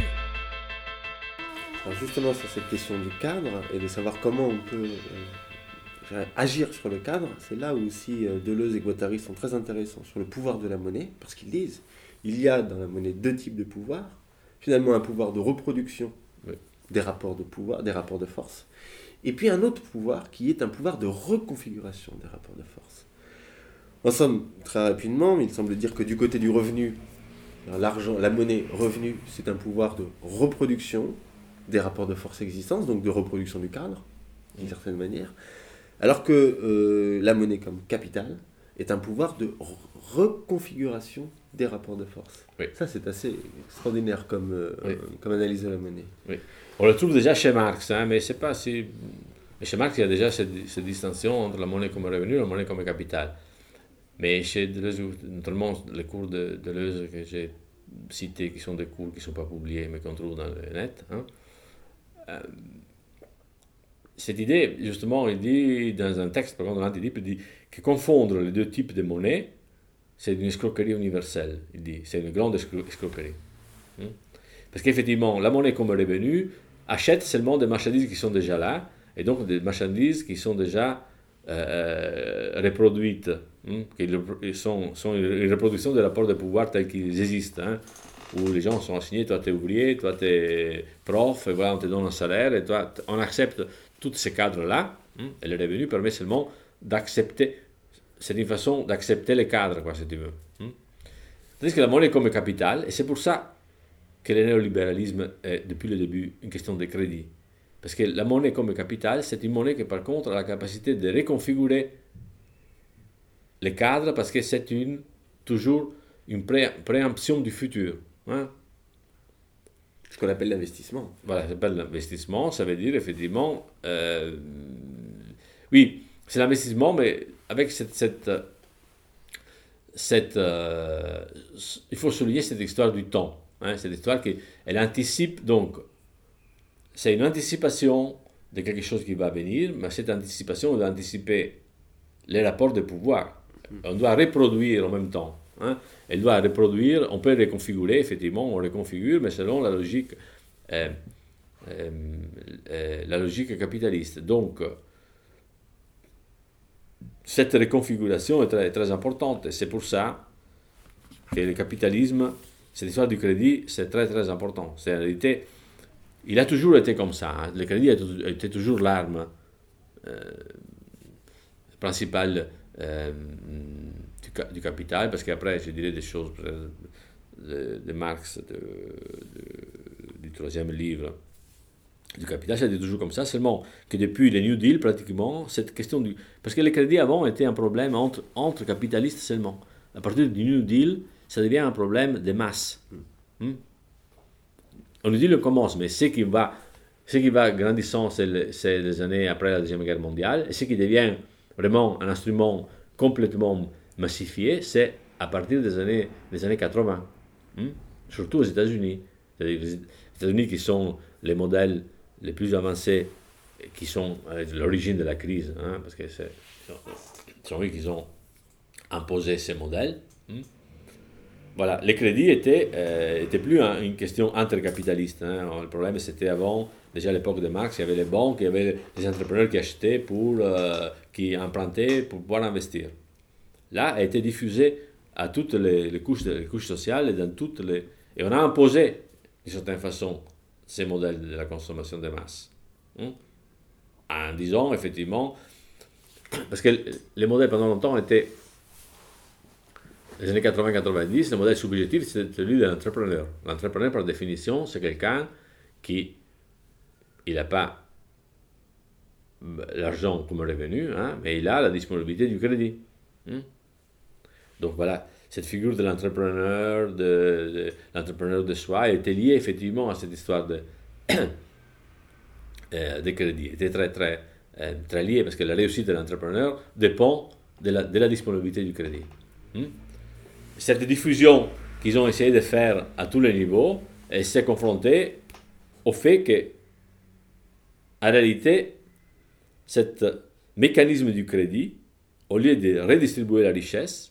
Alors justement sur cette question du cadre et de savoir comment on peut euh, agir sur le cadre, c'est là où aussi euh, Deleuze et Guattari sont très intéressants sur le pouvoir de la monnaie, parce qu'ils disent il y a dans la monnaie deux types de pouvoir, finalement un pouvoir de reproduction oui. des rapports de pouvoir, des rapports de force, et puis un autre pouvoir qui est un pouvoir de reconfiguration des rapports de force. En somme, très rapidement, il semble dire que du côté du revenu, l'argent, la monnaie revenu, c'est un pouvoir de reproduction des rapports de force existants, donc de reproduction du cadre, d'une certaine manière, alors que euh, la monnaie comme capital est un pouvoir de re- reconfiguration des rapports de force. Oui. Ça, c'est assez extraordinaire comme, euh, oui. comme analyse de la monnaie. Oui. On le trouve déjà chez Marx, hein, mais c'est pas si... Mais chez Marx, il y a déjà cette, cette distinction entre la monnaie comme revenu et la monnaie comme capital. Mais chez Deleuze, notamment les cours de Deleuze que j'ai cités, qui sont des cours qui ne sont pas publiés, mais qu'on trouve dans le net, hein, euh, cette idée, justement, il dit, dans un texte, par contre, dans l'Antidipe, il dit que confondre les deux types de monnaie, c'est une escroquerie universelle. Il dit, c'est une grande escro- escroquerie. Hein? Parce qu'effectivement, la monnaie comme revenu achète seulement des marchandises qui sont déjà là, et donc des marchandises qui sont déjà euh, reproduites, hein, qui sont, sont une reproduction des rapports de pouvoir tels qu'ils existent, hein, où les gens sont assignés, toi tu es ouvrier, toi tu es prof, et voilà, on te donne un salaire, et toi, on accepte tous ces cadres-là, hein, et le revenu permet seulement d'accepter, c'est une façon d'accepter les cadres, quoi, si tu veux. Hein. Tandis que la monnaie comme capital, et c'est pour ça que le néolibéralisme est depuis le début une question de crédit. Parce que la monnaie comme capital, c'est une monnaie qui par contre a la capacité de reconfigurer les cadres parce que c'est une, toujours une pré- préemption du futur. Hein? Ce qu'on appelle l'investissement. Voilà, ça s'appelle l'investissement, ça veut dire effectivement... Euh, oui, c'est l'investissement, mais avec cette... cette, cette euh, il faut souligner cette histoire du temps. Hein, cette histoire qui elle anticipe donc... C'est une anticipation de quelque chose qui va venir, mais cette anticipation doit anticiper les rapports de pouvoir. On doit reproduire en même temps. Hein. Elle doit reproduire, on peut reconfigurer, effectivement, on reconfigure, mais selon la logique, euh, euh, euh, la logique capitaliste. Donc, cette reconfiguration est très, très importante. Et c'est pour ça que le capitalisme, cette histoire du crédit, c'est très très important. C'est en réalité... Il a toujours été comme ça. Hein. Le crédit a été toujours l'arme euh, principale euh, du, du capital, parce qu'après, je dirais des choses de, de Marx, de, de, du troisième livre, du capital, c'était toujours comme ça, seulement que depuis le New Deal, pratiquement, cette question du... Parce que le crédit avant était un problème entre, entre capitalistes seulement. À partir du New Deal, ça devient un problème de masse. Hmm? On nous dit le commence, mais ce qui va, ce qui va grandissant, c'est, le, c'est les années après la Deuxième Guerre mondiale, et ce qui devient vraiment un instrument complètement massifié, c'est à partir des années, des années quatre-vingts, hmm? Surtout aux États-Unis. C'est-à-dire les États-Unis qui sont les modèles les plus avancés, qui sont à l'origine de la crise, hein, parce que c'est, c'est eux qui ont imposé ces modèles. Hmm? Voilà, les crédits étaient, euh, étaient plus un, une question intercapitaliste. Hein. Le problème, c'était avant, déjà à l'époque de Marx, il y avait les banques, il y avait les entrepreneurs qui achetaient, pour, euh, qui empruntaient pour pouvoir investir. Là, a été diffusé à toutes les, les, couches, les couches sociales et dans toutes les... Et on a imposé, d'une certaine façon, ces modèles de la consommation de masse. Hein? En disant, effectivement, parce que les modèles pendant longtemps étaient, les années quatre-vingts quatre-vingt-dix, le modèle subjectif, c'est celui de l'entrepreneur. L'entrepreneur, par définition, c'est quelqu'un qui, il n'a pas l'argent comme revenu, hein, mais il a la disponibilité du crédit. Hein? Donc voilà, cette figure de l'entrepreneur, de, de l'entrepreneur de soi était liée effectivement à cette histoire de, euh, de crédit. Était très, très, euh, très liée parce que la réussite de l'entrepreneur dépend de la, de la disponibilité du crédit. Hmm? Cette diffusion qu'ils ont essayé de faire à tous les niveaux, elle s'est confrontée au fait que, en réalité, ce mécanisme du crédit, au lieu de redistribuer la richesse,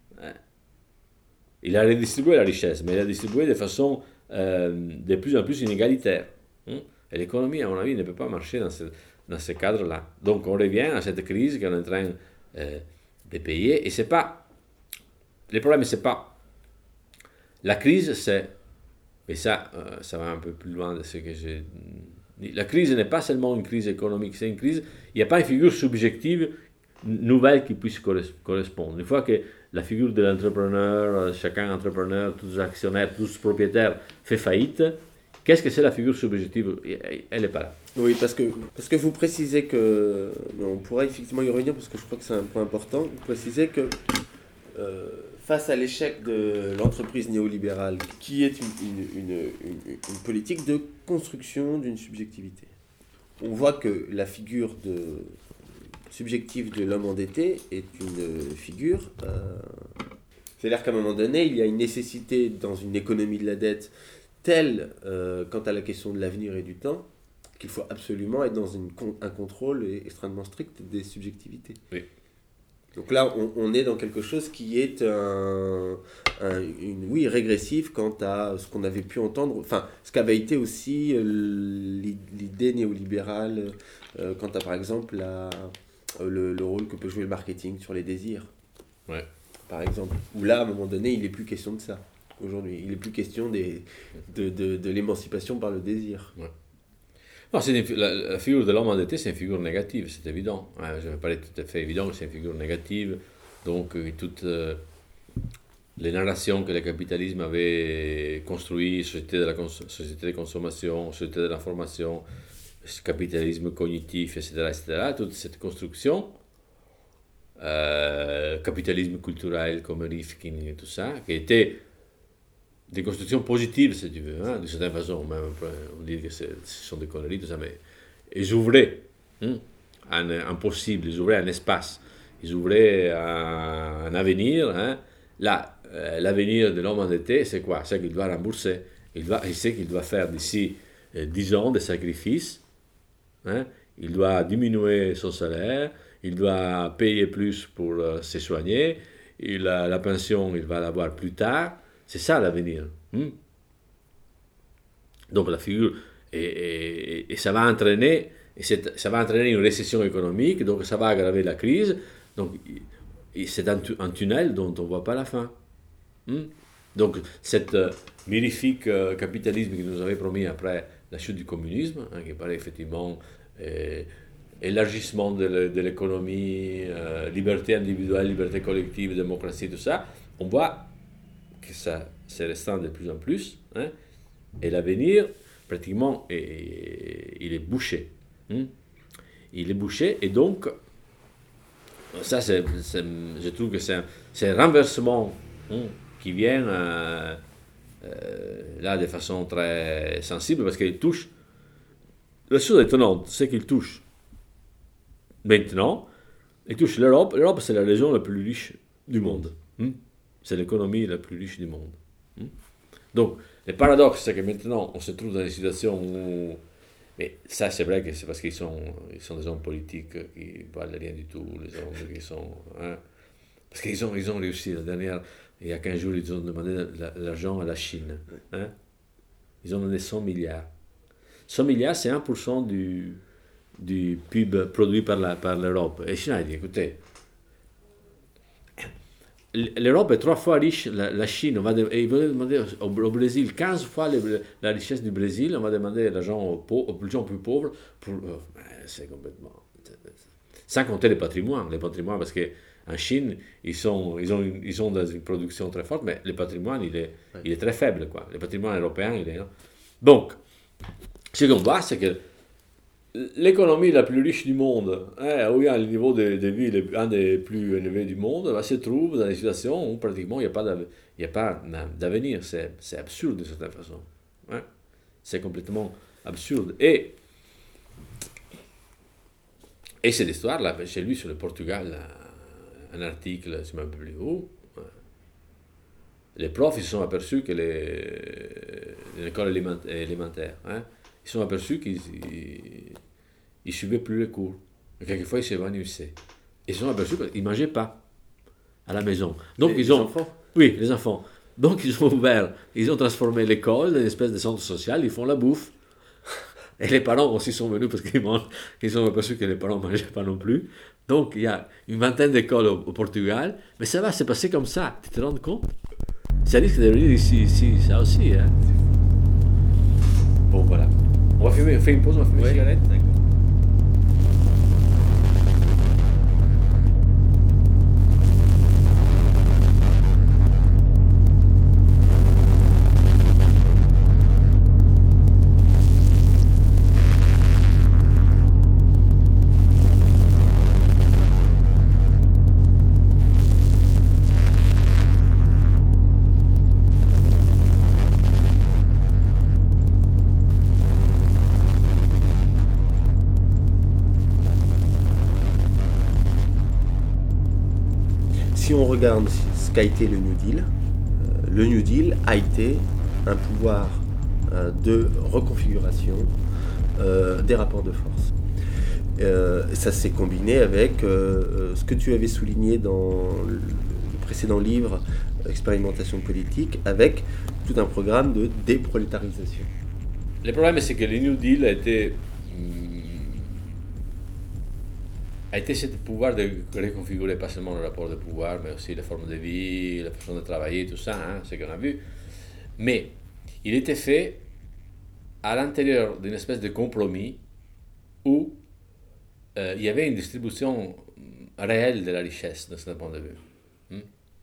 il a redistribué la richesse, mais il a distribué de façon euh, de plus en plus inégalitaire. Hein? Et l'économie, à mon avis, ne peut pas marcher dans ce, dans ce cadre-là. Donc on revient à cette crise qu'on est en train euh, de payer. Et c'est pas... Le problème, c'est pas... La crise, c'est... Et ça, euh, ça va un peu plus loin de ce que j'ai dit. La crise n'est pas seulement une crise économique, c'est une crise... Il n'y a pas une figure subjective nouvelle qui puisse correspondre. Une fois que la figure de l'entrepreneur, chacun entrepreneur, tous actionnaires, tous propriétaires fait faillite, qu'est-ce que c'est la figure subjective? Elle n'est pas là. Oui, parce que, parce que vous précisez que, on pourrait effectivement y revenir parce que je crois que c'est un point important, vous précisez que euh, face à l'échec de l'entreprise néolibérale, qui est une, une, une, une, une politique de construction d'une subjectivité, on voit que la figure de... subjectif de l'homme endetté est une figure, euh, c'est-à-dire qu'à un moment donné, il y a une nécessité dans une économie de la dette telle euh, quant à la question de l'avenir et du temps, qu'il faut absolument être dans une, un contrôle extrêmement strict des subjectivités. Oui. Donc là, on, on est dans quelque chose qui est un, un, une, oui, régressif quant à ce qu'on avait pu entendre, enfin, ce qu'avait été aussi euh, l'idée néolibérale euh, quant à, par exemple, la... Le, le rôle que peut jouer le marketing sur les désirs, ouais. Par exemple. Où là, à un moment donné, il n'est plus question de ça, aujourd'hui. Il n'est plus question des, de, de, de l'émancipation par le désir. Ouais. Non, c'est une, la, la figure de l'homme endetté, c'est une figure négative, c'est évident. Hein, je ne vais pas être tout à fait évident que c'est une figure négative. Donc, euh, toutes euh, les narrations que le capitalisme avait construites, société de, la cons- société de consommation, société de l'information, capitalisme cognitif, et cetera, et cetera, toute cette construction, euh, capitalisme culturel comme Rifkin et tout ça, qui étaient des constructions positives, si tu veux, hein, de certaine façon, même on dit que ce sont des conneries, tout ça, mais ils ouvraient hein, un, un possible, ils ouvraient un espace, ils ouvraient un, un avenir. Hein. Là, euh, l'avenir de l'homme endetté, c'est quoi? C'est qu'il doit rembourser, il, doit, il sait qu'il doit faire d'ici euh, dix ans de sacrifices. Hein, il doit diminuer son salaire, il doit payer plus pour euh, se soigner, il a, la pension, il va l'avoir plus tard. C'est ça l'avenir. Hein. Donc la figure, et, et, et ça va entraîner, et ça va entraîner une récession économique, donc ça va aggraver la crise. Donc c'est un, un tunnel dont on ne voit pas la fin. Hein. Donc cet euh, mirifique euh, capitalisme qui nous avait promis après la chute du communisme, hein, qui paraît effectivement euh, élargissement de, de l'économie, euh, liberté individuelle, liberté collective, démocratie, tout ça, on voit que ça se restreint de plus en plus, hein, et l'avenir, pratiquement, est, il est bouché. Hein? Il est bouché, et donc, ça, c'est, c'est, je trouve que c'est un, c'est un renversement hein, qui vient euh, euh, là de façon très sensible, parce qu'il touche. La chose étonnante, c'est qu'il touche maintenant, il touche l'Europe. L'Europe, c'est la région la plus riche du monde. Hein? C'est l'économie la plus riche du monde. Hein? Donc, le paradoxe, c'est que maintenant, on se trouve dans une situation où. Mais ça, c'est vrai que c'est parce qu'ils sont, ils sont des hommes politiques qui ne valent rien du tout, les hommes qui sont. Hein, parce qu'ils ont, ils ont réussi. La dernière, il y a quinze jours, ils ont demandé l'argent à la Chine. Hein, ils ont donné cent milliards. cent milliards, c'est un pour cent du, du P I B produit par, la, par l'Europe. Et Chine a dit écoutez, l'Europe est trois fois riche, la, la Chine, on va de, et ils veulent demander au, au Brésil quinze fois les, la richesse du Brésil, on va demander l'argent aux, pauvres, aux gens plus pauvres, pour, euh, c'est complètement... Sans compter les patrimoines, les patrimoines, parce qu'en Chine, ils sont, ils, ont une, ils sont dans une production très forte, mais le patrimoine, il est, ouais. il est très faible, quoi. Le patrimoine européen, il est... Donc, ce qu'on voit, c'est que l'économie la plus riche du monde, hein, où il y a le niveau de, de vie le, un des plus élevés du monde, bah, se trouve dans une situation où pratiquement il n'y a pas, il y a pas d'avenir. C'est, c'est absurde de certaine façon. Hein. C'est complètement absurde. Et, et cette histoire-là, j'ai lu sur le Portugal un article, je ne sais même plus où. Les profs ils se sont aperçus que les, l'école élémentaire, hein, ils se sont aperçus qu'ils ne suivaient plus les cours. Et quelquefois, ils s'évanouissaient. Ils se sont aperçus qu'ils ne mangeaient pas à la maison. Donc, les, ils ont, les enfants Oui, les enfants. Donc, ils ont ouvert, ils ont transformé l'école en une espèce de centre social, ils font la bouffe. Et les parents aussi sont venus parce qu'ils mangent, ils sont aperçus que les parents ne mangeaient pas non plus. Donc, il y a une vingtaine d'écoles au, au Portugal. Mais ça va se passer comme ça. Tu te rends compte? Ça risque de venir ici, ici, ça aussi. Hein. Bon, voilà. On va fumer, on fait une pause, on va fumer ouais. une cigarette. D'accord. Si on regarde ce qu'a été le New Deal, euh, le New Deal a été un pouvoir euh, de reconfiguration euh, des rapports de force. Euh, ça s'est combiné avec euh, ce que tu avais souligné dans le précédent livre, Expérimentation politique, avec tout un programme de déprolétarisation. Le problème, c'est que le New Deal a été... a été ce pouvoir de reconfigurer pas seulement le rapport de pouvoir, mais aussi les formes de vie, la façon de travailler, tout ça, hein, ce qu'on a vu. Mais il était fait à l'intérieur d'une espèce de compromis où euh, il y avait une distribution réelle de la richesse, de ce point de vue. Hmm?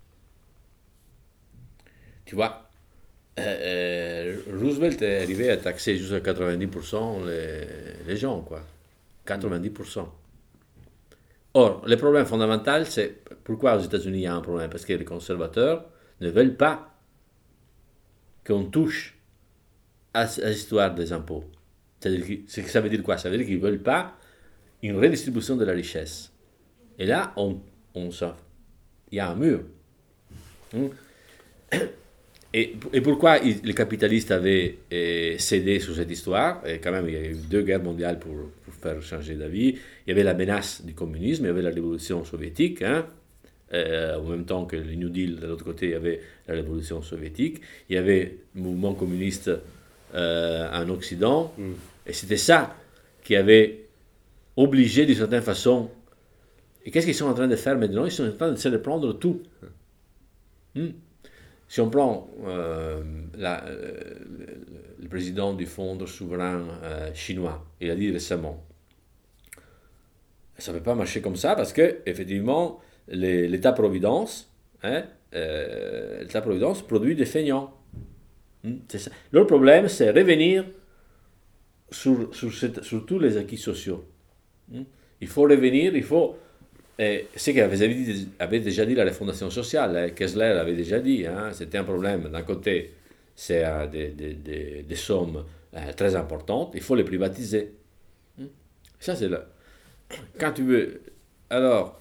Tu vois, euh, euh, Roosevelt est arrivé à taxer jusqu'à quatre-vingt-dix pour cent les, les gens, quoi. quatre-vingt-dix pour cent. Or, le problème fondamental, c'est pourquoi aux États-Unis il y a un problème? Parce que les conservateurs ne veulent pas qu'on touche à, à l'histoire des impôts. C'est-à-dire que, c'est, ça veut dire quoi? Ça veut dire qu'ils ne veulent pas une redistribution de la richesse. Et là, on, on il y a un mur. Hum? Et, et pourquoi il, les capitalistes avaient eh, cédé sur cette histoire? Et quand même, il y a eu deux guerres mondiales pour, pour faire changer d'avis. Il y avait la menace du communisme, il y avait la révolution soviétique, hein, euh, en même temps que le New Deal, de l'autre côté, il y avait la révolution soviétique. Il y avait le mouvement communiste euh, en Occident. Mm. Et c'était ça qui avait obligé, d'une certaine façon... Et qu'est-ce qu'ils sont en train de faire maintenant? Ils sont en train de se reprendre tout. Mm. Si on prend euh, la, euh, le président du Fonds souverain euh, chinois, il a dit récemment, ça ne peut pas marcher comme ça parce que effectivement les, l'État-providence, hein, euh, l'État-providence produit des feignants. Hmm, c'est ça. Leur problème, c'est revenir sur, sur, cette, sur tous les acquis sociaux. Il faut revenir, il faut... Et ce qu'avait dit, avait déjà dit la refondation sociale, hein, Kessler avait déjà dit, hein, c'était un problème. D'un côté, c'est euh, des, des, des, des sommes euh, très importantes, il faut les privatiser. Ça, c'est là. Quand tu veux... Alors,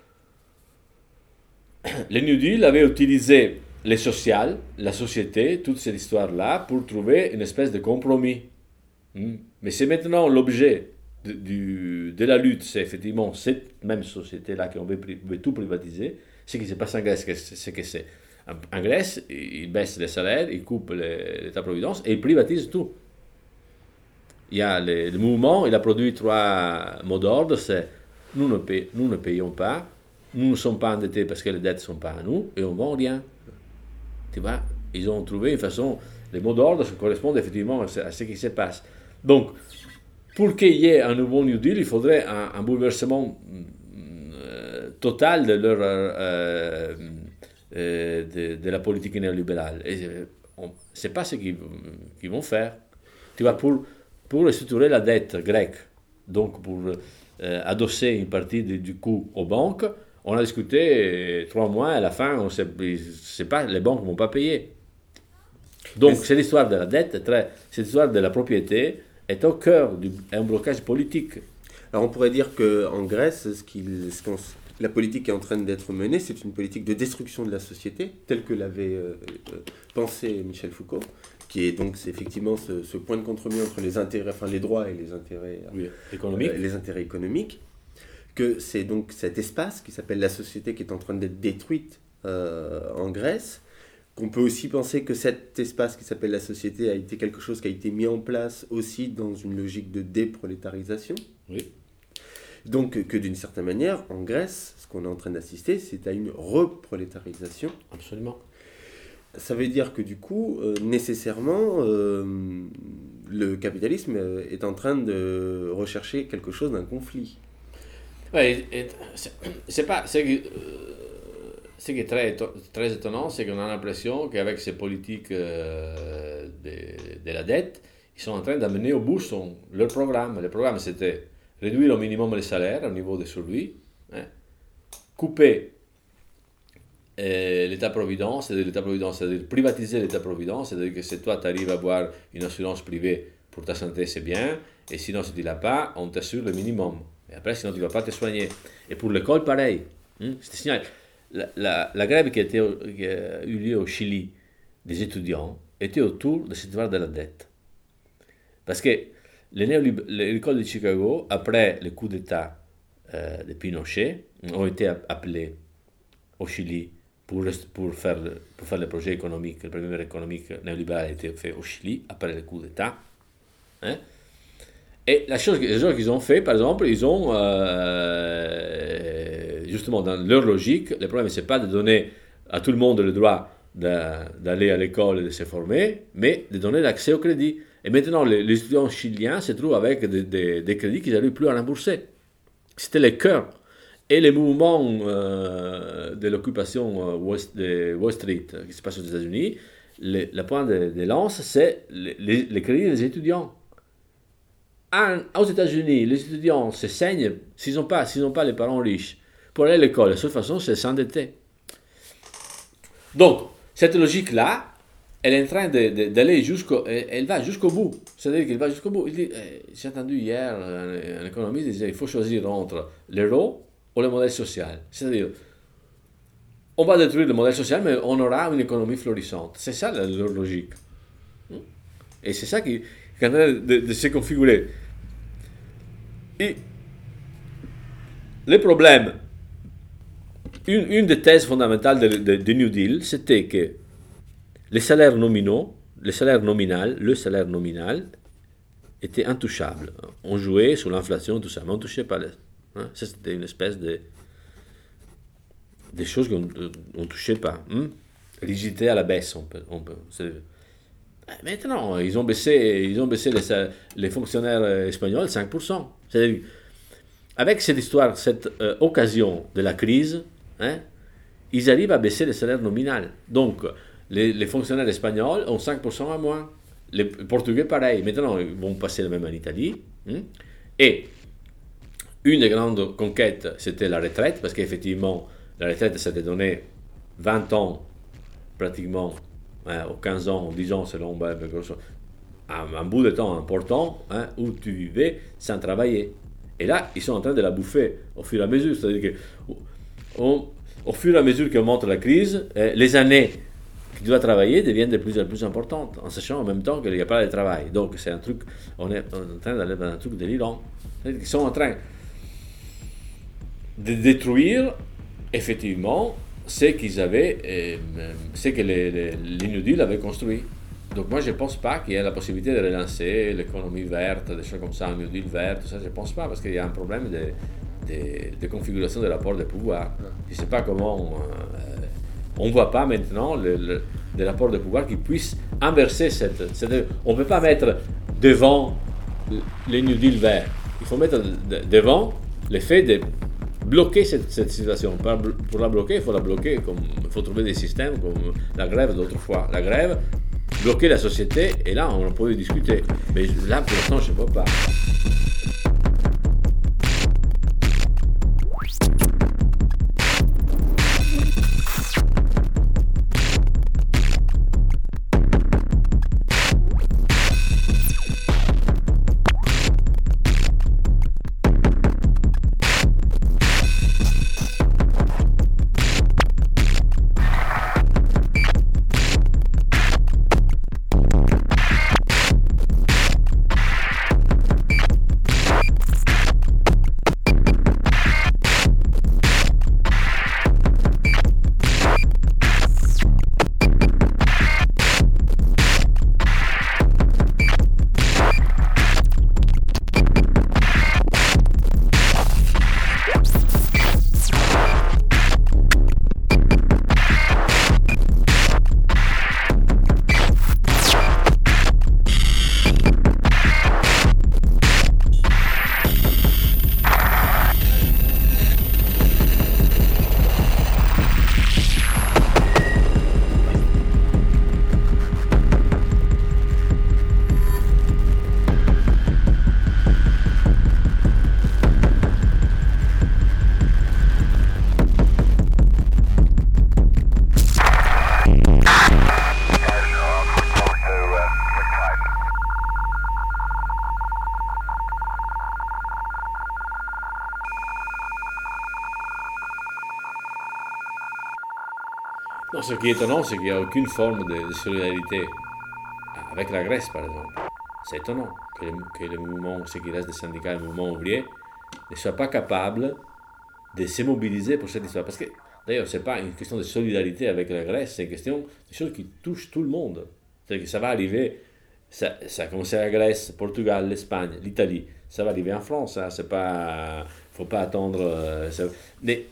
le New Deal avait utilisé les sociales, la société, toute cette histoire-là, pour trouver une espèce de compromis. Mais c'est maintenant l'objet de, du, de la lutte, c'est effectivement cette même société-là qui veut, veut tout privatiser. Ce qui se passe en Grèce, c'est que c'est... En Grèce, ils baissent les salaires, ils coupent l'État-providence et ils privatisent tout. Il y a le, le mouvement, il a produit trois mots d'ordre, c'est nous ne, pay, nous ne payons pas, nous ne sommes pas endettés parce que les dettes ne sont pas à nous et on ne vend rien. Tu vois, ils ont trouvé une façon, les mots d'ordre correspondent effectivement à ce qui se passe. Donc, pour qu'il y ait un nouveau New Deal, il faudrait un, un bouleversement euh, total de leur... Euh, euh, de, de la politique néolibérale. Et ce n'est pas ce qu'ils, qu'ils vont faire. Tu vois, pour... Pour restructurer la dette grecque, donc pour euh, adosser une partie de, du coût aux banques, on a discuté euh, trois mois, à la fin, on sait, c'est pas, les banques ne vont pas payer. Donc, c'est l'histoire de la dette, très, cette histoire de la propriété est au cœur d'un blocage politique. Alors, on pourrait dire qu'en Grèce, ce qu'il, ce qu'on, la politique qui est en train d'être menée, c'est une politique de destruction de la société, telle que l'avait euh, euh, pensé Michel Foucault, qui est donc c'est effectivement ce, ce point de compromis entre les intérêts, enfin les droits et les intérêts oui, économiques. Euh, les intérêts économiques, que c'est donc cet espace qui s'appelle la société qui est en train d'être détruite euh, en Grèce, qu'on peut aussi penser que cet espace qui s'appelle la société a été quelque chose qui a été mis en place aussi dans une logique de déprolétarisation. Oui. Donc que d'une certaine manière, en Grèce, ce qu'on est en train d'assister, c'est à une reprolétarisation. Absolument. Ça veut dire que du coup, euh, nécessairement, euh, le capitalisme est en train de rechercher quelque chose d'un conflit. Oui, c'est, c'est pas... C'est, euh, ce qui est très, très étonnant, c'est qu'on a l'impression qu'avec ces politiques euh, de, de la dette, ils sont en train d'amener au bout son, leur programme. Le programme, c'était réduire au minimum les salaires au niveau de survie, hein, couper Euh, l'État-providence, c'est-à-dire l'État-providence, c'est-à-dire privatiser l'État-providence, c'est-à-dire que si toi tu arrives à avoir une assurance privée pour ta santé, c'est bien, et sinon si tu ne l'as pas, on t'assure le minimum. Et après, sinon tu ne vas pas te soigner. Et pour l'école, pareil. Hein, je te signale, la, la, la grève qui a, été, qui a eu lieu au Chili des étudiants était autour de cette histoire de la dette. Parce que les néolib- l'école de Chicago, après le coup d'État euh, de Pinochet, ont été appelés au Chili pour, pour, faire, pour faire le projet économique. Le premier économique néolibéral a été fait au Chili après le coup d'État. Hein? Et la chose, les choses qu'ils ont fait, par exemple, ils ont, euh, justement, dans leur logique, le problème, ce n'est pas de donner à tout le monde le droit d'aller à l'école et de se former, mais de donner l'accès au crédit. Et maintenant, les, les étudiants chiliens se trouvent avec des, des, des crédits qu'ils n'arrivent plus à rembourser. C'était le cœur. Et les mouvements euh, de l'occupation euh, West, de Wall Street qui se passe aux États-Unis, le, le point de, de lance, c'est les, les, les crédits des étudiants. En, aux États-Unis, les étudiants se saignent s'ils n'ont pas, s'ils n'ont pas les parents riches. Pour aller à l'école, la seule façon, c'est s'endetter. Donc, cette logique-là, elle est en train de, de, d'aller jusqu'au... Elle va jusqu'au bout. C'est-à-dire qu'elle va jusqu'au bout. Il dit, eh, j'ai entendu hier un, un économiste disait il faut choisir entre l'euro ou le modèle social. C'est-à-dire, on va détruire le modèle social, mais on aura une économie florissante. C'est ça leur logique. Et c'est ça qui, qui est en train de, de se configurer. Et le problème, une, une des thèses fondamentales de, de, de New Deal, c'était que les salaires nominaux, le salaire nominal, le salaire nominal était intouchable. On jouait sur l'inflation, tout ça, mais on ne touchait pas les... Hein? Ça, c'était une espèce de... des choses qu'on ne touchait pas. Hein? Rigidité à la baisse, on peut... On peut c'est... Maintenant, ils ont baissé, ils ont baissé les, les fonctionnaires espagnols cinq pour cent. C'est-à-dire, avec cette histoire, cette euh, occasion de la crise, hein, ils arrivent à baisser le salaire nominal. Donc, les, les fonctionnaires espagnols ont cinq pour cent à moins. Les Portugais, pareil. Maintenant, ils vont passer le même en Italie. Hein? Et une des grandes conquêtes, c'était la retraite, parce qu'effectivement, la retraite, c'était donné vingt ans, pratiquement, hein, ou quinze ans, ou dix ans, selon ben, un, un bout de temps important, hein, où tu vivais sans travailler. Et là, ils sont en train de la bouffer au fur et à mesure. C'est-à-dire qu'au au fur et à mesure qu'on monte la crise, eh, les années que tu dois travailler deviennent de plus en plus importantes, en sachant en même temps qu'il n'y a pas de travail. Donc, c'est un truc, on est en train d'aller dans un truc délirant. C'est-à-dire qu'ils sont en train de détruire, effectivement, ce qu'ils avaient, eh, ce que les, les, les New Deal avaient construit. Donc moi je ne pense pas qu'il y ait la possibilité de relancer l'économie verte, des choses comme ça, un New Deal vert, tout ça, je ne pense pas, parce qu'il y a un problème de, de, de configuration des rapports de pouvoir. Je ne sais pas comment, euh, on ne voit pas maintenant le, le, des rapports de pouvoir qui puissent inverser cette... cette on ne peut pas mettre devant les New Deal verts, il faut mettre de, devant le fait de bloquer cette, cette situation. Pour la bloquer, il faut la bloquer, comme, il faut trouver des systèmes comme la grève d'autrefois. La grève, bloquer la société, et là on peut discuter. Mais là pour l'instant je ne vois pas. Non, ce qui est étonnant, c'est qu'il n'y a aucune forme de, de solidarité avec la Grèce, par exemple. C'est étonnant que le, que le mouvement, ce qui reste des syndicats, le mouvement ouvrier, ne soit pas capable de se mobiliser pour cette histoire. Parce que, d'ailleurs, ce n'est pas une question de solidarité avec la Grèce, c'est une question de choses qui touchent tout le monde. C'est-à-dire que ça va arriver, ça, ça a commencé à la Grèce, Portugal, l'Espagne, l'Italie, ça va arriver en France, hein, c'est pas, faut pas attendre. Euh, ça, mais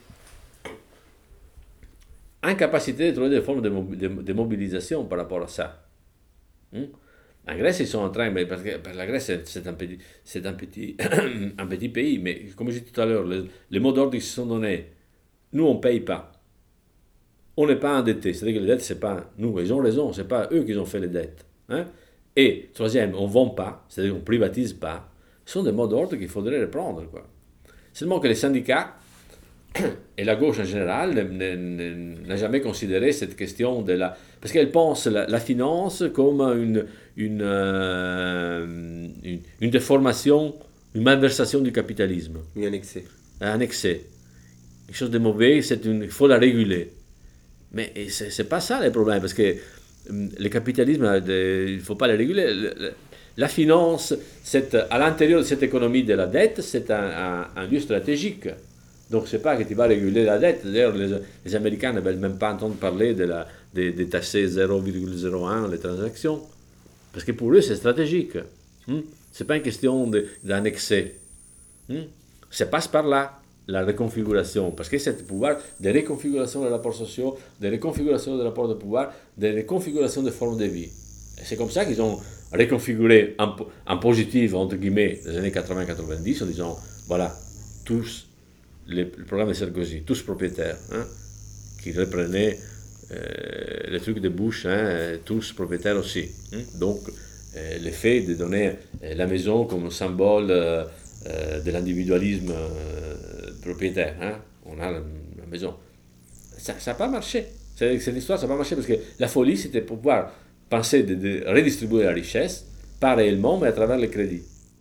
incapacité de trouver des formes de, de, de mobilisation par rapport à ça. Hum? En Grèce, ils sont en train, mais parce que parce que la Grèce, c'est un petit, c'est un petit, un petit pays, mais comme je disais tout à l'heure, les, les mots d'ordre qui se sont donnés, nous, on ne paye pas. On n'est pas endetté, c'est-à-dire que les dettes, c'est pas nous, ils ont raison, c'est pas eux qui ont fait les dettes. Hein? Et, troisième, on ne vend pas, c'est-à-dire qu'on ne privatise pas. Ce sont des mots d'ordre qu'il faudrait reprendre, quoi. Seulement que les syndicats, et la gauche en général, n'a jamais considéré cette question de la... Parce qu'elle pense la, la finance comme une, une, euh, une, une déformation, une malversation du capitalisme. Oui, un excès. Un excès. Quelque chose de mauvais, c'est une, il faut la réguler. Mais ce n'est pas ça le problème, parce que le capitalisme, il ne faut pas le réguler. La finance, c'est, à l'intérieur de cette économie de la dette, c'est un, un, un lieu stratégique. Donc, ce n'est pas que tu vas réguler la dette. D'ailleurs, les, les Américains ne veulent même pas entendre parler de, la, de, de tasser zéro virgule zéro un les transactions. Parce que pour eux, c'est stratégique. Hum? Ce n'est pas une question de, d'un excès. Hum? Ça passe par là, la reconfiguration. Parce que c'est le pouvoir de reconfiguration des rapports sociaux, de reconfiguration des rapports de pouvoir, de reconfiguration des formes de vie. Et c'est comme ça qu'ils ont reconfiguré en, en positif, entre guillemets, les années quatre-vingts quatre-vingt-dix, en disant, voilà, tous... Le, le programme de Sarkozy, tous propriétaires, hein, qui reprenaient euh, les trucs de Bush, hein, tous propriétaires aussi. Hein, donc, euh, le fait de donner euh, la maison comme symbole euh, euh, de l'individualisme euh, propriétaire. Hein? On a la, la maison. Ça n'a pas marché. C'est, cette histoire, ça n'a pas marché parce que la folie, c'était pour pouvoir penser de, de redistribuer la richesse, pas réellement, mais à travers le crédit.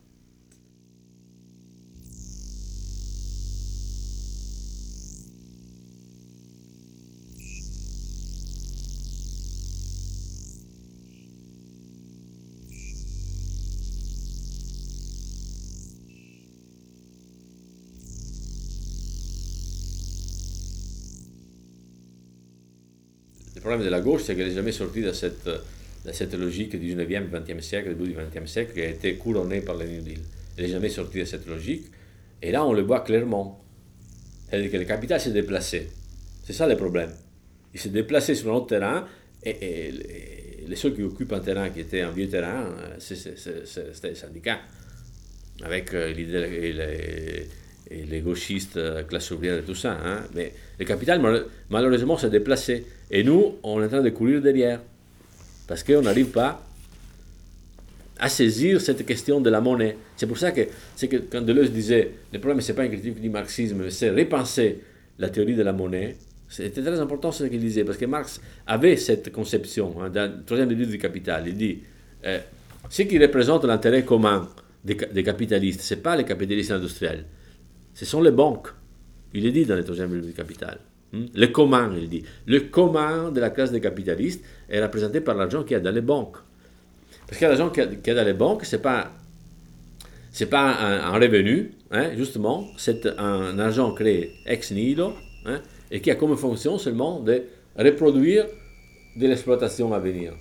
Le problème de la gauche, c'est qu'elle n'est jamais sortie de cette, de cette logique du dix-neuvième, vingtième siècle, début du vingtième siècle, qui a été couronnée par le New Deal. Elle n'est jamais sortie de cette logique. Et là, on le voit clairement. C'est-à-dire que le capital s'est déplacé. C'est ça le problème. Il s'est déplacé sur un autre terrain, et, et, et les seuls qui occupent un terrain qui était un vieux terrain, c'est, c'est, c'est, c'était les syndicats. Avec euh, l'idée et les, et les gauchistes, la classe ouvrière et tout ça. Hein. Mais le capital, mal, malheureusement, s'est déplacé. Et nous, on est en train de courir derrière. Parce qu'on n'arrive pas à saisir cette question de la monnaie. C'est pour ça que, c'est que quand Deleuze disait, le problème, ce n'est pas une critique du marxisme, c'est repenser la théorie de la monnaie. C'était très important ce qu'il disait, parce que Marx avait cette conception, hein, dans le troisième livre du Capital. Il dit, euh, ce qui représente l'intérêt commun des, des capitalistes, ce n'est pas les capitalistes industriels, ce sont les banques. Il est dit dans le troisième livre du Capital. Hmm? Le commun, il dit. Le commun de la classe des capitalistes est représenté par l'argent qu'il y a dans les banques. Parce que l'argent qu'il y a dans les banques, ce n'est pas, c'est pas un, un revenu, hein, justement, c'est un argent créé ex nihilo, hein, et qui a comme fonction seulement de reproduire de l'exploitation à venir.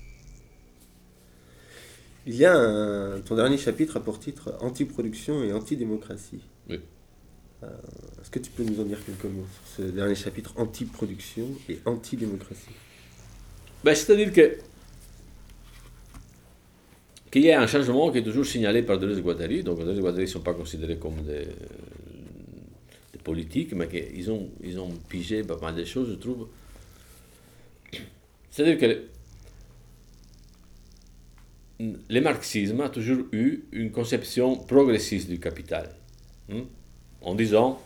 Il y a un, ton dernier chapitre a pour titre « Antiproduction et antidémocratie ». Oui. Euh, est-ce que tu peux nous en dire quelques mots sur ce dernier chapitre « Antiproduction et antidémocratie » ben, c'est-à-dire que qu'il y a un changement qui est toujours signalé par Deleuze et Guattari. Donc Deleuze et Guattari ne sont pas considérés comme des, des politiques, mais qu'ils ont, ils ont pigé pas mal de choses, je trouve. C'est-à-dire que le, le marxisme a toujours eu une conception progressiste du capital, hein, en disant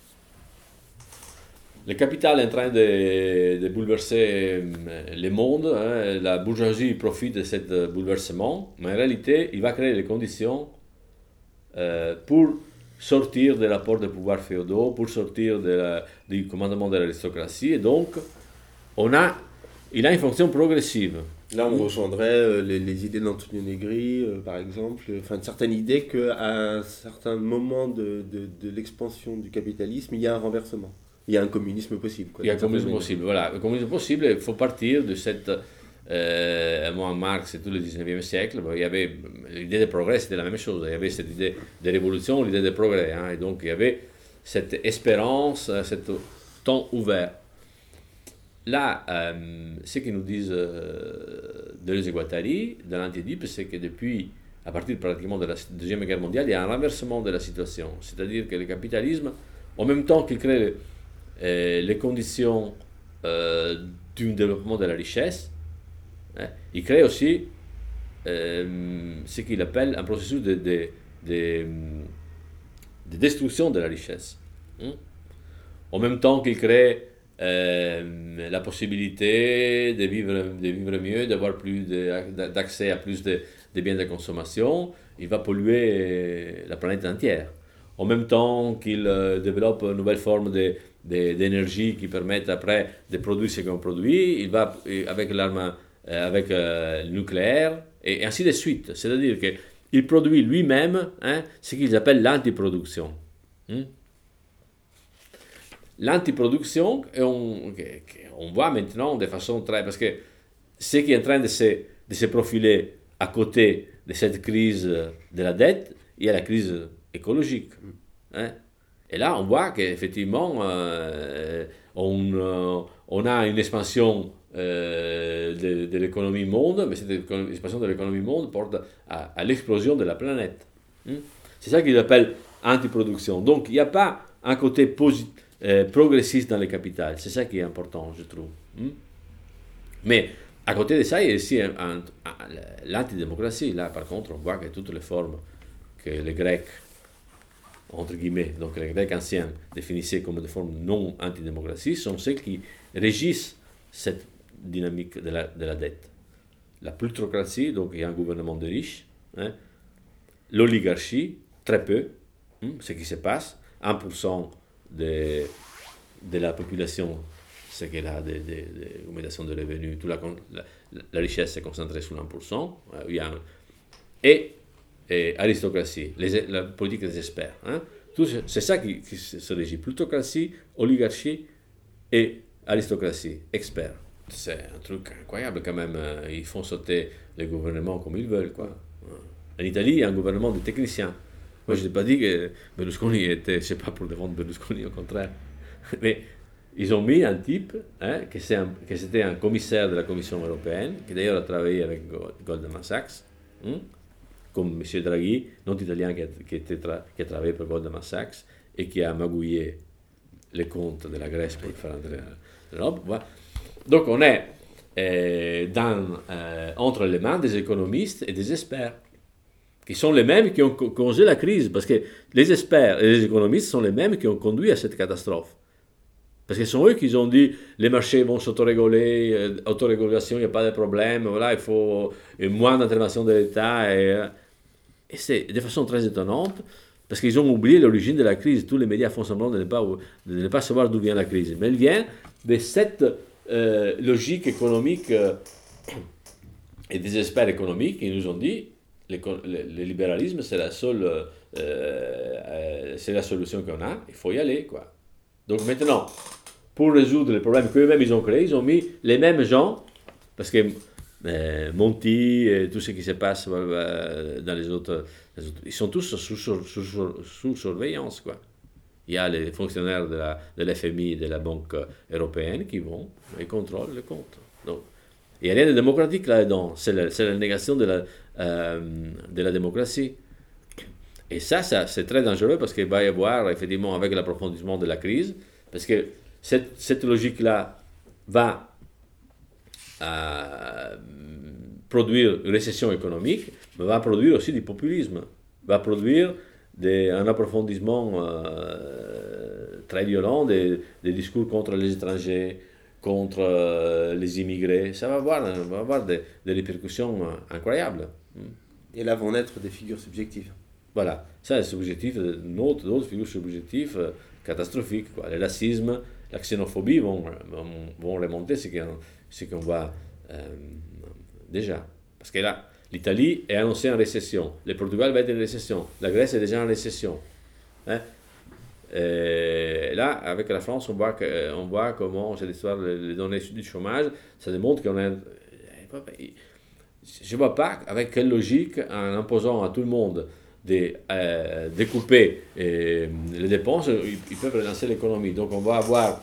le capital est en train de, de bouleverser le monde, hein, la bourgeoisie profite de ce bouleversement, mais en réalité, il va créer les conditions euh, pour sortir des rapports de pouvoir féodaux, pour sortir de la, du commandement de l'aristocratie, et donc on a, il a une fonction progressive. Là, on rejoindrait euh, les, les idées d'Antonio Negri, euh, par exemple, enfin, une certaine idée qu'à un certain moment de, de, de l'expansion du capitalisme, il y a un renversement. Il y a un communisme possible. Quoi, il y a un communisme possible, voilà. Le communisme possible, il faut partir de cette... Euh, moi, Marx et tout le dix-neuvième siècle, il y avait l'idée de progrès, c'était la même chose. Il y avait cette idée de révolution, l'idée de progrès. Hein, et donc, il y avait cette espérance, ce temps ouvert. Là, euh, ce que nous disent euh, Deleuze et Guattari dans l'Antidipe, c'est que depuis, à partir pratiquement de la Deuxième Guerre mondiale, il y a un renversement de la situation. C'est-à-dire que le capitalisme, en même temps qu'il crée le, euh, les conditions euh, du développement de la richesse, hein, il crée aussi euh, ce qu'il appelle un processus de, de, de, de destruction de la richesse. Hein. En même temps qu'il crée Euh, la possibilité de vivre, de vivre mieux, d'avoir plus de, d'accès à plus de, de biens de consommation, il va polluer la planète entière. En même temps qu'il euh, développe une nouvelle forme de, de, d'énergie qui permettent après de produire ce qu'on produit, il va avec l'arme, euh, avec euh, le nucléaire, et, et ainsi de suite. C'est-à-dire qu'il produit lui-même, hein, ce qu'ils appellent l'antiproduction. Hein? L'antiproduction, on, on voit maintenant de façon très... Parce que ce qui est en train de se, de se profiler à côté de cette crise de la dette, il y a la crise écologique. Hein? Et là, on voit qu'effectivement, euh, on, euh, on a une expansion euh, de, de l'économie monde, mais cette expansion de l'économie monde porte à, à l'explosion de la planète. Hein? C'est ça qu'ils appellent antiproduction. Donc, il n'y a pas un côté positif, Euh, progressiste dans le capital, c'est ça qui est important, je trouve. Hmm? Mais À côté de ça, il y a aussi un, un, un, l'antidémocratie. Là, par contre, on voit que toutes les formes que les Grecs, entre guillemets, donc les Grecs anciens définissaient comme des formes non antidémocratie, sont celles qui régissent cette dynamique de la, de la dette. La plutocratie, donc il y a un gouvernement de riches, hein, l'oligarchie, très peu, hein, ce qui se passe, un pour cent de, de la population, ce qu'elle a de, de, de augmentation de revenus, toute la, la, la richesse est concentrée sur un pour cent, euh, il y a un, et, et aristocratie, les, la politique des experts. Hein, tout, c'est ça qui, qui se régit, plutocratie, oligarchie et aristocratie, experts. C'est un truc incroyable quand même, ils font sauter les gouvernements comme ils veulent, quoi. En Italie, il y a un gouvernement de techniciens. Moi, je n'ai pas dit que Berlusconi était, je ne sais pas pour défendre Berlusconi, au contraire. Mais ils ont mis un type, hein, que, c'est un, que c'était un commissaire de la Commission européenne, qui d'ailleurs a travaillé avec Goldman Sachs, hein, comme M. Draghi, non italien, qui a, qui, était tra, qui a travaillé pour Goldman Sachs et qui a magouillé les comptes de la Grèce pour faire entrer l'Europe. Voilà. Donc on est euh, dans, euh, entre les mains des économistes et des experts, qui sont les mêmes qui ont causé la crise, parce que les experts et les économistes sont les mêmes qui ont conduit à cette catastrophe. Parce que ce sont eux qui ont dit les marchés vont s'autoréguler, euh, autorégulation, il n'y a pas de problème, voilà, il faut moins d'intervention de l'État. Et, et c'est de façon très étonnante, parce qu'ils ont oublié l'origine de la crise. Tous les médias font semblant de ne pas, de ne pas savoir d'où vient la crise. Mais elle vient de cette euh, logique économique euh, et des experts économiques qui nous ont dit que le, le libéralisme, c'est la seule, euh, euh, c'est la solution qu'on a, il faut y aller, quoi. Donc maintenant, pour résoudre les problèmes qu'eux-mêmes ils ont créés, ils ont mis les mêmes gens, parce que euh, Monti et tout ce qui se passe euh, dans les autres, les autres, ils sont tous sous, sous, sous, sous surveillance, quoi. Il y a les fonctionnaires de, la, de l'F M I et de la Banque européenne qui vont et contrôlent les comptes. Donc, il n'y a rien de démocratique là-dedans, c'est la, c'est la négation de la, euh, de la démocratie. Et ça, ça, c'est très dangereux parce qu'il va y avoir, effectivement, avec l'approfondissement de la crise, parce que cette, cette logique-là va euh, produire une récession économique, mais va produire aussi du populisme, va produire des, un approfondissement euh, très violent des, des discours contre les étrangers, contre euh, les immigrés. Ça va avoir, va avoir des, des répercussions incroyables. Et là vont naître des figures subjectives. Voilà, ça c'est subjectif, d'autres, d'autres figures subjectives euh, catastrophiques, quoi. Le racisme, la xénophobie vont, vont, vont remonter, ce qu'on, ce qu'on voit euh, déjà. Parce que là, l'Italie est annoncée en récession, le Portugal va être en récession, la Grèce est déjà en récession. Hein? Et là, avec la France, on voit, que, on voit comment cette histoire des données du chômage, ça démontre qu'on est... Je ne vois pas avec quelle logique, en imposant à tout le monde de euh, découper euh, les dépenses, ils, ils peuvent relancer l'économie. Donc on va avoir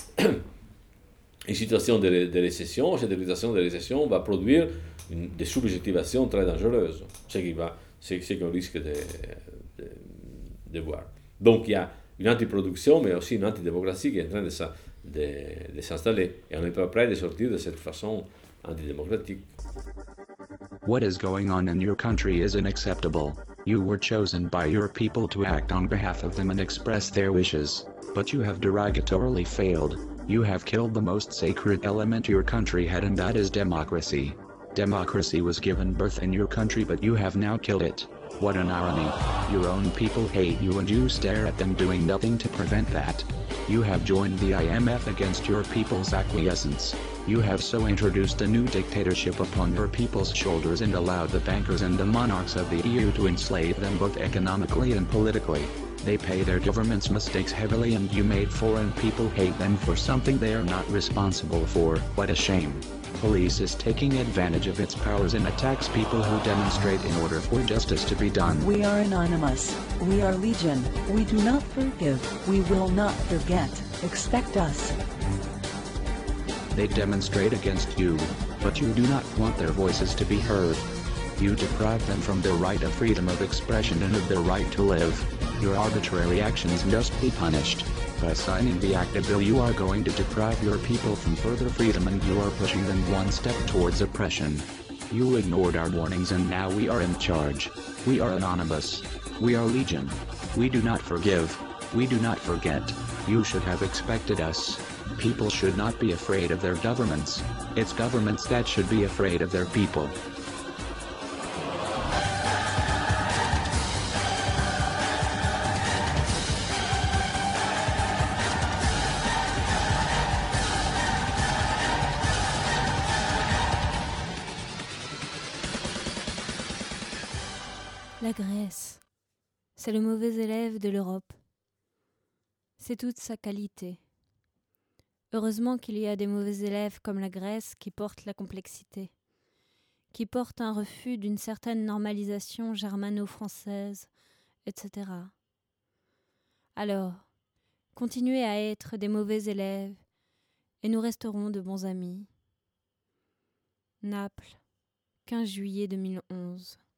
une situation de, de récession. Cette situation de récession va produire une, des subjectivations très dangereuses, ce qui va, c'est, c'est qu'on risque de, de, de voir. Donc il y a une antiproduction, mais aussi une antidémocratie qui est en train de, de, de s'installer. Et on n'est pas prêt de sortir de cette façon antidémocratique. What is going on in your country is unacceptable. You were chosen by your people to act on behalf of them and express their wishes, but you have derogatorily failed. You have killed the most sacred element your country had, and that is democracy. Democracy was given birth in your country, but you have now killed it. What an irony. Your own people hate you and you stare at them doing nothing to prevent that. You have joined the I M F against your people's acquiescence. You have so introduced a new dictatorship upon your people's shoulders and allowed the bankers and the monarchs of the E U to enslave them both economically and politically. They pay their government's mistakes heavily, and you made foreign people hate them for something they are not responsible for. What a shame. Police is taking advantage of its powers and attacks people who demonstrate in order for justice to be done. We are anonymous. We are legion. We do not forgive. We will not forget. Expect us. They demonstrate against you, but you do not want their voices to be heard. You deprive them from their right of freedom of expression and of their right to live. Your arbitrary actions must be punished. By signing the ACTA bill, you are going to deprive your people from further freedom, and you are pushing them one step towards oppression. You ignored our warnings, and now we are in charge. We are anonymous. We are legion. We do not forgive. We do not forget. You should have expected us. People should not be afraid of their governments. It's governments that should be afraid of their people. La Grèce, c'est le mauvais élève de l'Europe. C'est toute sa qualité. Heureusement qu'il y a des mauvais élèves comme la Grèce qui portent la complexité, qui portent un refus d'une certaine normalisation germano-française, et cetera. Alors, continuez à être des mauvais élèves et nous resterons de bons amis. Naples, quinze juillet deux mille onze.